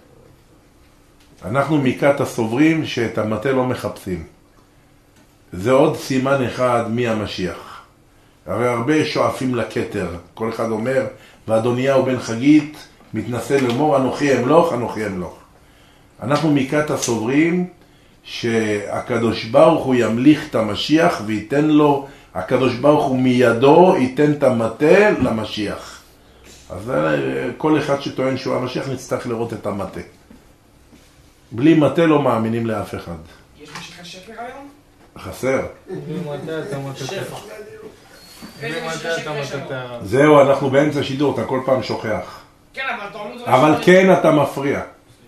Speaker 1: אנחנו מכת הסוברים שאת המטה לא מחפשים. זה עוד סימן אחד מי המשיח. הרי הרבה שואפים לכתר, כל אחד אומר, ואדוניהו בן חגית מתנסה לאמור אנוכי אמלוך, אנוכי אמלוך. אנחנו מכת הסוברים שהקדוש ברוך הוא ימליך את המשיח וייתן לו, הקדוש ברוך הוא מידו ייתן את המטה למשיח. אז כל אחד שטוען שהוא המשיח נצטרך לראות את המטה. בלי מטה לא מאמינים לאף אחד.
Speaker 8: יש משיח שקר היום?
Speaker 1: חסר.
Speaker 8: שפע.
Speaker 1: זהו, אנחנו באמצע שידור, אתה כל פעם שוכח.
Speaker 8: כן, אבל אתה אומר...
Speaker 1: אבל כן אתה מפריע.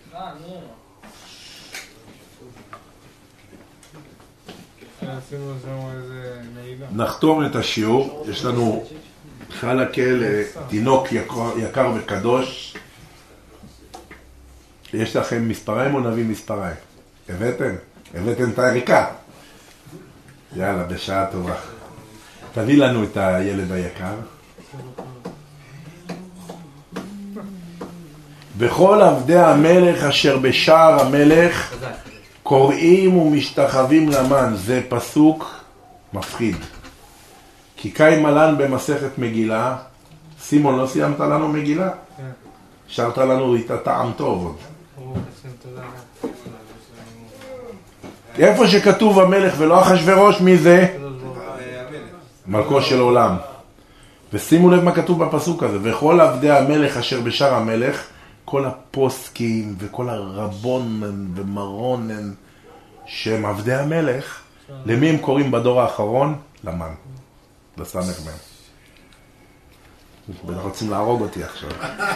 Speaker 1: נחתום את השיעור. יש לנו חלקה לתינוק יקר וקדוש. יש לכם מספריים או נביא מספריים? הבאתם? הבאתם את העריקה? יאללה, בשעה טובה. תביא לנו את הילד היקר. בכל עבדי המלך אשר בשער המלך קוראים ומשתחווים למן. זה פסוק מפחיד. כי קיים מלן במסכת מגילה. סימון, לא סיימת לנו מגילה? שרת לנו איתה טעם טוב עוד. איפה שכתוב המלך ולא אחשוורוש, מי זה? מלכו של עולם. ושימו לב מה כתוב בפסוק הזה. וכל עבדי המלך אשר בשער המלך, כל הפוסקים וכל הרבונן ומרונן שהם עבדי המלך, למי הם קוראים בדור האחרון? למן. לסמך מהם. בטח רוצים להרוג אותי עכשיו.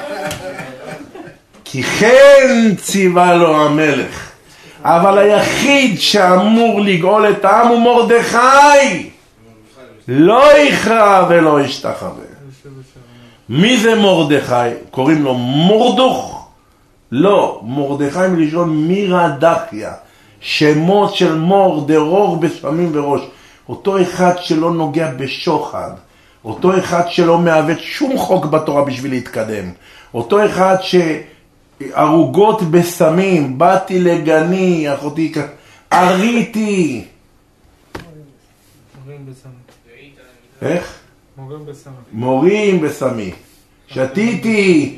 Speaker 1: כי כן ציווה לו המלך. אבל היחיד שאמור לגאול את העם הוא מרדכי. לא יכרע ולא ישתחווה. מי זה מרדכי? קוראים לו מורדוך? לא, מרדכי מלשון מירה דחיה. שמות של מור, דרור בספמים וראש. אותו אחד שלא נוגע בשוחד. אותו אחד שלא מעוות שום חוק בתורה בשביל להתקדם. אותו אחד שערוגות בסמים, באתי לגני, אחותי, אריתי.
Speaker 4: מורים בסמי.
Speaker 1: איך?
Speaker 4: מורים בסמי.
Speaker 1: מורים בסמי. שתיתי.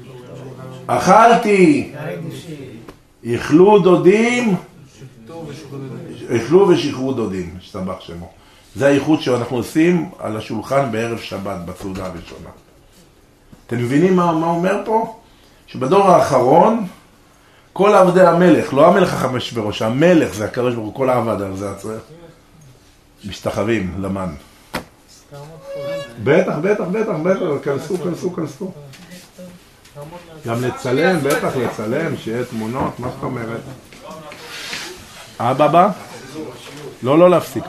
Speaker 1: אכלתי. איכלו דודים. אכלו ושחררו דודים, שתבח שמו. זה הייחוד שאנחנו עושים על השולחן בערב שבת, בסעודה הראשונה. אתם מבינים מה אומר פה? שבדור האחרון, כל עבדי המלך, לא המלך החמש בראש, המלך זה הקדוש ברוך הוא, כל העבד על זה הצריך. משתחווים למן. בטח, כנסו. גם לצלם, בטח לצלם, שיהיה תמונות, מה זאת אומרת? אבא בא? לא להפסיק.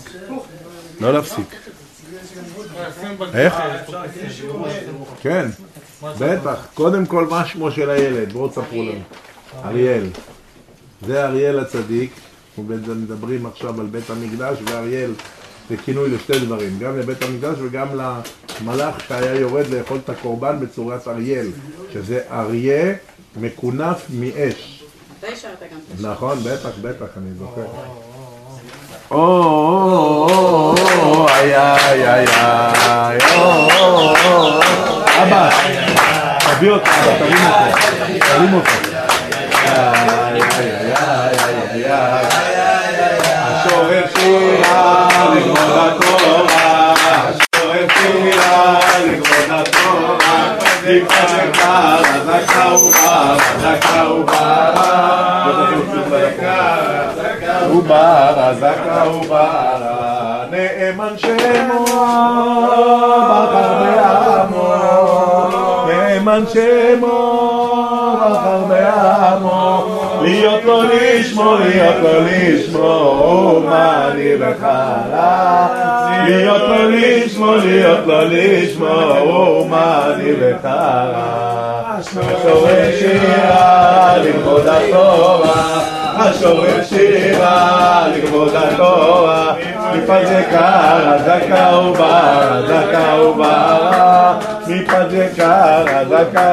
Speaker 1: איך? כן, בטח. קודם כל מה שמו של הילד, בואו תספרו לנו. אריאל. זה אריאל הצדיק. אנחנו מדברים עכשיו על בית המקדש, ואריאל זה כינוי לשתי דברים, גם לבית המקדש וגם למלאך שהיה יורד לאכול את הקורבן בצורת אריאל, שזה אריה מקונף מאש.
Speaker 10: אתה השארת גם.
Speaker 1: נכון, בטח, אני זוכר. אבא, תביא אותו, תרים אותו. השורר שירה לכבוד התורה, השורר שירה לכבוד התורה, נקרא חזקה וברה, נאמן שמו בחר בעמו, נאמן שמו בחר בעמו, להיות לו לשמו, מה אני בחרה, להיות לו לשמו, מה אני בחרה, השורר שירה לכבוד התורה, השורר שירה לכבוד התורה, מפת זכר, זכה וברה, מפת זכר, זכה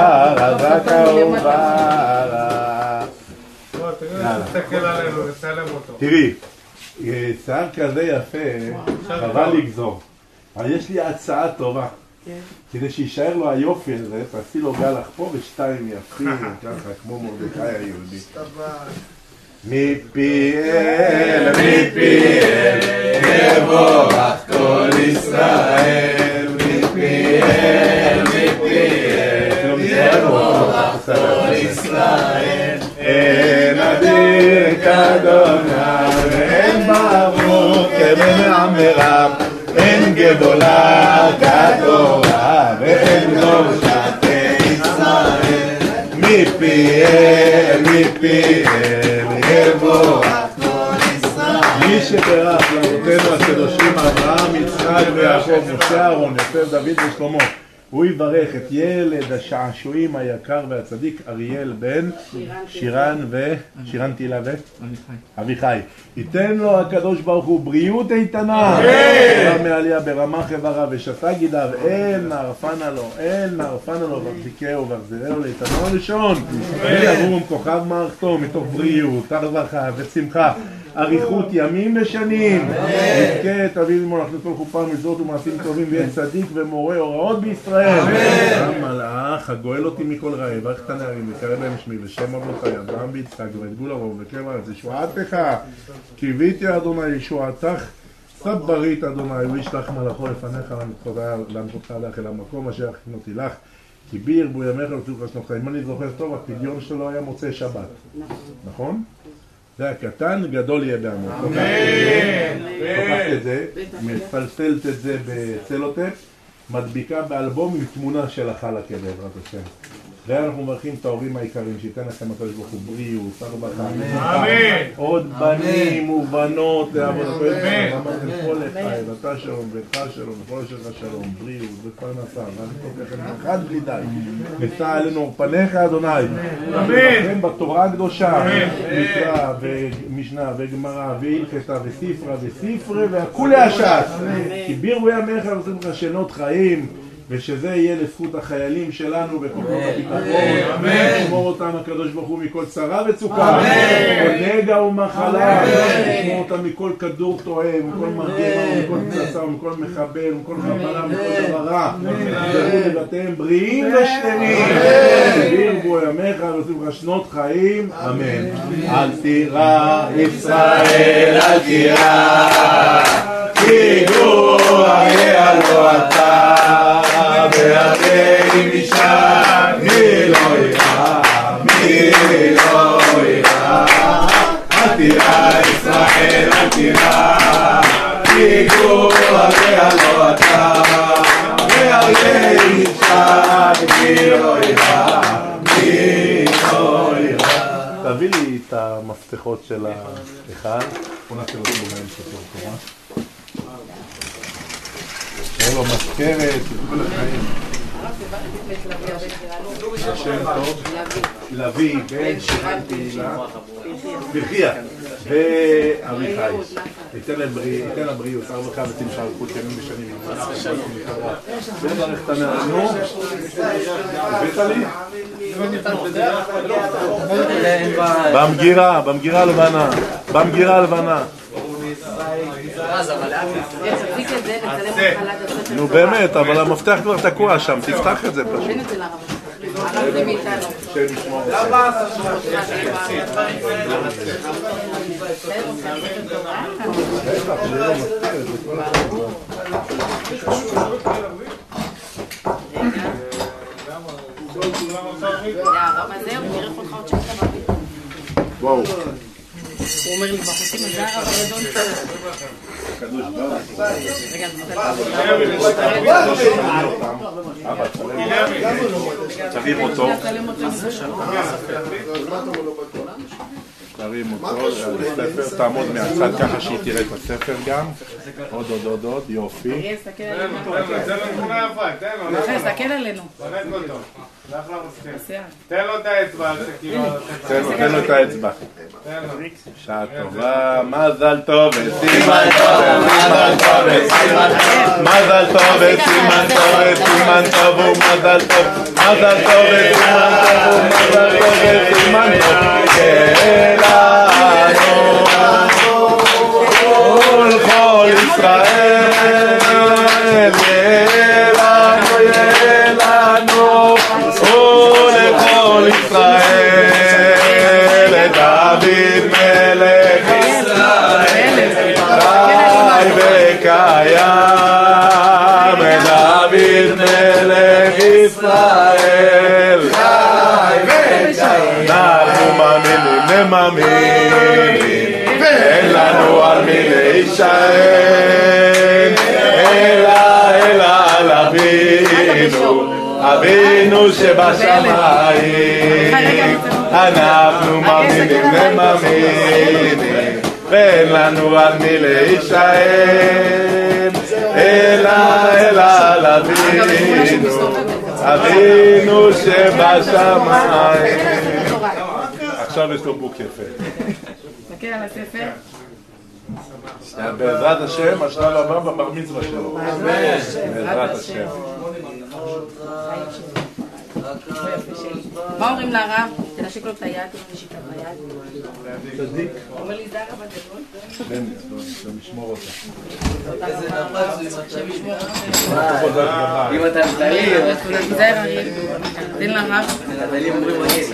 Speaker 1: וברה.
Speaker 4: תסתכל עלינו, נצלם אותו.
Speaker 1: תראי, שיער כזה יפה, חבל לגזור. אבל יש לי הצעה טובה. כדי שישאר לו היופי הזה, תעשי לו גלח פה ושתיים יפים, ככה, כמו מרדכי היהודי. מפיאל יבורך כל ישראל, מפיאל יבורך כל ישראל, אין אדיר כדונה ואין ברוך כבנעמרה, אין גדולה כתורה ואין קדושת ישראל, מפיאל יבורך כל ישראל. מי שברך לאבותינו הקדושים אברהם, יצחק ויעקב, משה, אהרון, יוסף, דוד ושלמה, הוא יברך את ילד השעשועים היקר והצדיק אריאל בן שירן תהילה אביחי. ייתן לו הקדוש ברוך הוא בריאות איתנה, מעליה ברמה חברה ושתה גידיו, אין מערפנה לו וחזיקהו והחזירהו לאיתנו ראשון, ויבום כוכב מערכתו מתוך בריאות, הרווחה ושמחה, אריכות ימים ושנים, נזכה את אביו עמו להכניס כל חופה מצוות ומעשים טובים, ויהיה צדיק ומורה הוראות בישראל. המלאך הגואל אותי מכל רע, יברך את הנערים וקרא בהם שמי ושם אבותיי אברהם ויצחק ואת גבול הרוב וקרב הארץ ישועתך, קיוויתי אדוני ישועתך סברית אדוני, וישלח מלאכו לפניך להנחותך לך אל המקום אשר הכינותי לך, כי בי ירבו ימיך ותצאו חסנוך. אם אני זוכר טוב, הפדיון שלו היה מוצאי שבת, נכון? זה הקטן, גדול יהיה בעמו. לוקחת את זה, מפלסלת את זה בצלוטף, מדביקה באלבום עם תמונה של החל הקבר, בעזרת השם. ואנחנו מברכים את ההורים העיקרים, שייתן לכם הקדוש ברוך הוא בריאות, הרווחה, עוד בנים ובנות לעבודתו, למה לכל אחד, אתה שלום, ביתך שלום, לכל אשר שלום, בריאות ופרנסה, ואני לכם אחד בלי די, ושא עלינו פניך אדוני, ולכם בתורה הקדושה, מקרא ומשנה וגמרא והלכתה וספרה והכולי הש"ס, כי בירו ימיך ועושים לך שנות חיים, ושזה יהיה לזכות החיילים שלנו וכוחות הביטחון. ישמור אותנו הקדוש ברוך הוא מכל צרה וצוקה, מכל נגע ומחלה, ישמור אותנו מכל כדור טועה, מכל מרגמה, מכל פצצה, מכל מחבל, מכל חבלה, מכל דבר רע. יחזרו לבתיהם בריאים ושלמים, וירבו ימיך ויוסיפו לך שנות חיים, אמן. אל תירא ישראל, אל תירא, כי גורלך לא אתה, ואתם משם מי לא ירא, מי לא ירא. אל תירא ישראל, אל תירא, כי גורלך לא אתה, ואתם משם מי לא ירא, מי לא ירא. תביא לי את המפתחות של ההיכל. בוא נעשה לו בגלל שתור תורה. שיהיה לו מזכרת, כל החיים. השם טוב, לוי, בן שירת תהילה, ברכיה ואביחי. ייתן לה בריאות, שר ברכה ותמשל חוט ימים ושנים. וברך תנענו. הבאת לי? במגירה לבנה. במגירה לבנה. נו באמת, אבל המפתח כבר תקוע שם, תפתח את זה פשוט. וואו.
Speaker 10: הוא אומר לי, בחוצים הזה הרב הגדול
Speaker 1: קדוש ברוך תרים אותו, תרים אותו, הספר, תעמוד מהצד ככה שהיא תראה את הספר גם, עוד, יופי.
Speaker 10: תסתכל עלינו.
Speaker 4: תן לו את האצבע.
Speaker 1: תן לו את האצבע. שעה טובה, מזל טוב וסימן טוב, מזל טוב וסימן טוב, סימן טוב ומזל טוב, מזל טוב וסימן טוב ומזל טוב וסימן טוב. כל ישראל ילנו ולכל ישראל דוד מלך ישראל חי וקיים, דוד מלך ישראל חי וקיים. אנחנו מאמינים אין לנו על מי להישען אלא על אבינו שבשמיים. אנחנו מאמינים ואין לנו על מי להישען אלא על אבינו שבשמיים. עכשיו יש לו בוק יפה.
Speaker 10: תסתכל על הספר.
Speaker 1: בעזרת השם, השלב הבא בבר מצווה שלו. בעזרת השם.
Speaker 10: מה אומרים לרב? תנשק לו את היד, תנשק לו את היד.
Speaker 1: צדיק.
Speaker 10: אומר לי, זה הרב הגדול?
Speaker 1: בן, שמשמור אותה.
Speaker 10: שמשמור אותה.
Speaker 5: אם אתה נדלים,
Speaker 10: תן לרב.
Speaker 5: נדלים אומרים מגיע.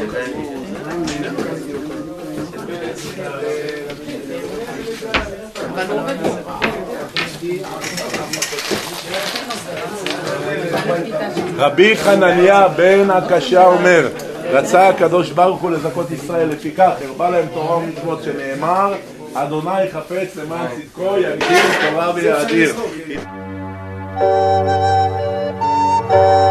Speaker 10: אבל הוא עובד פה.
Speaker 1: רבי חנניה בן הקשה אומר, רצה הקדוש ברוך הוא לזכות ישראל, לפיכך הרבה להם תורה ומצוות, שנאמר אדוני חפץ למען צדקו יגדיל תורה ויאדיר.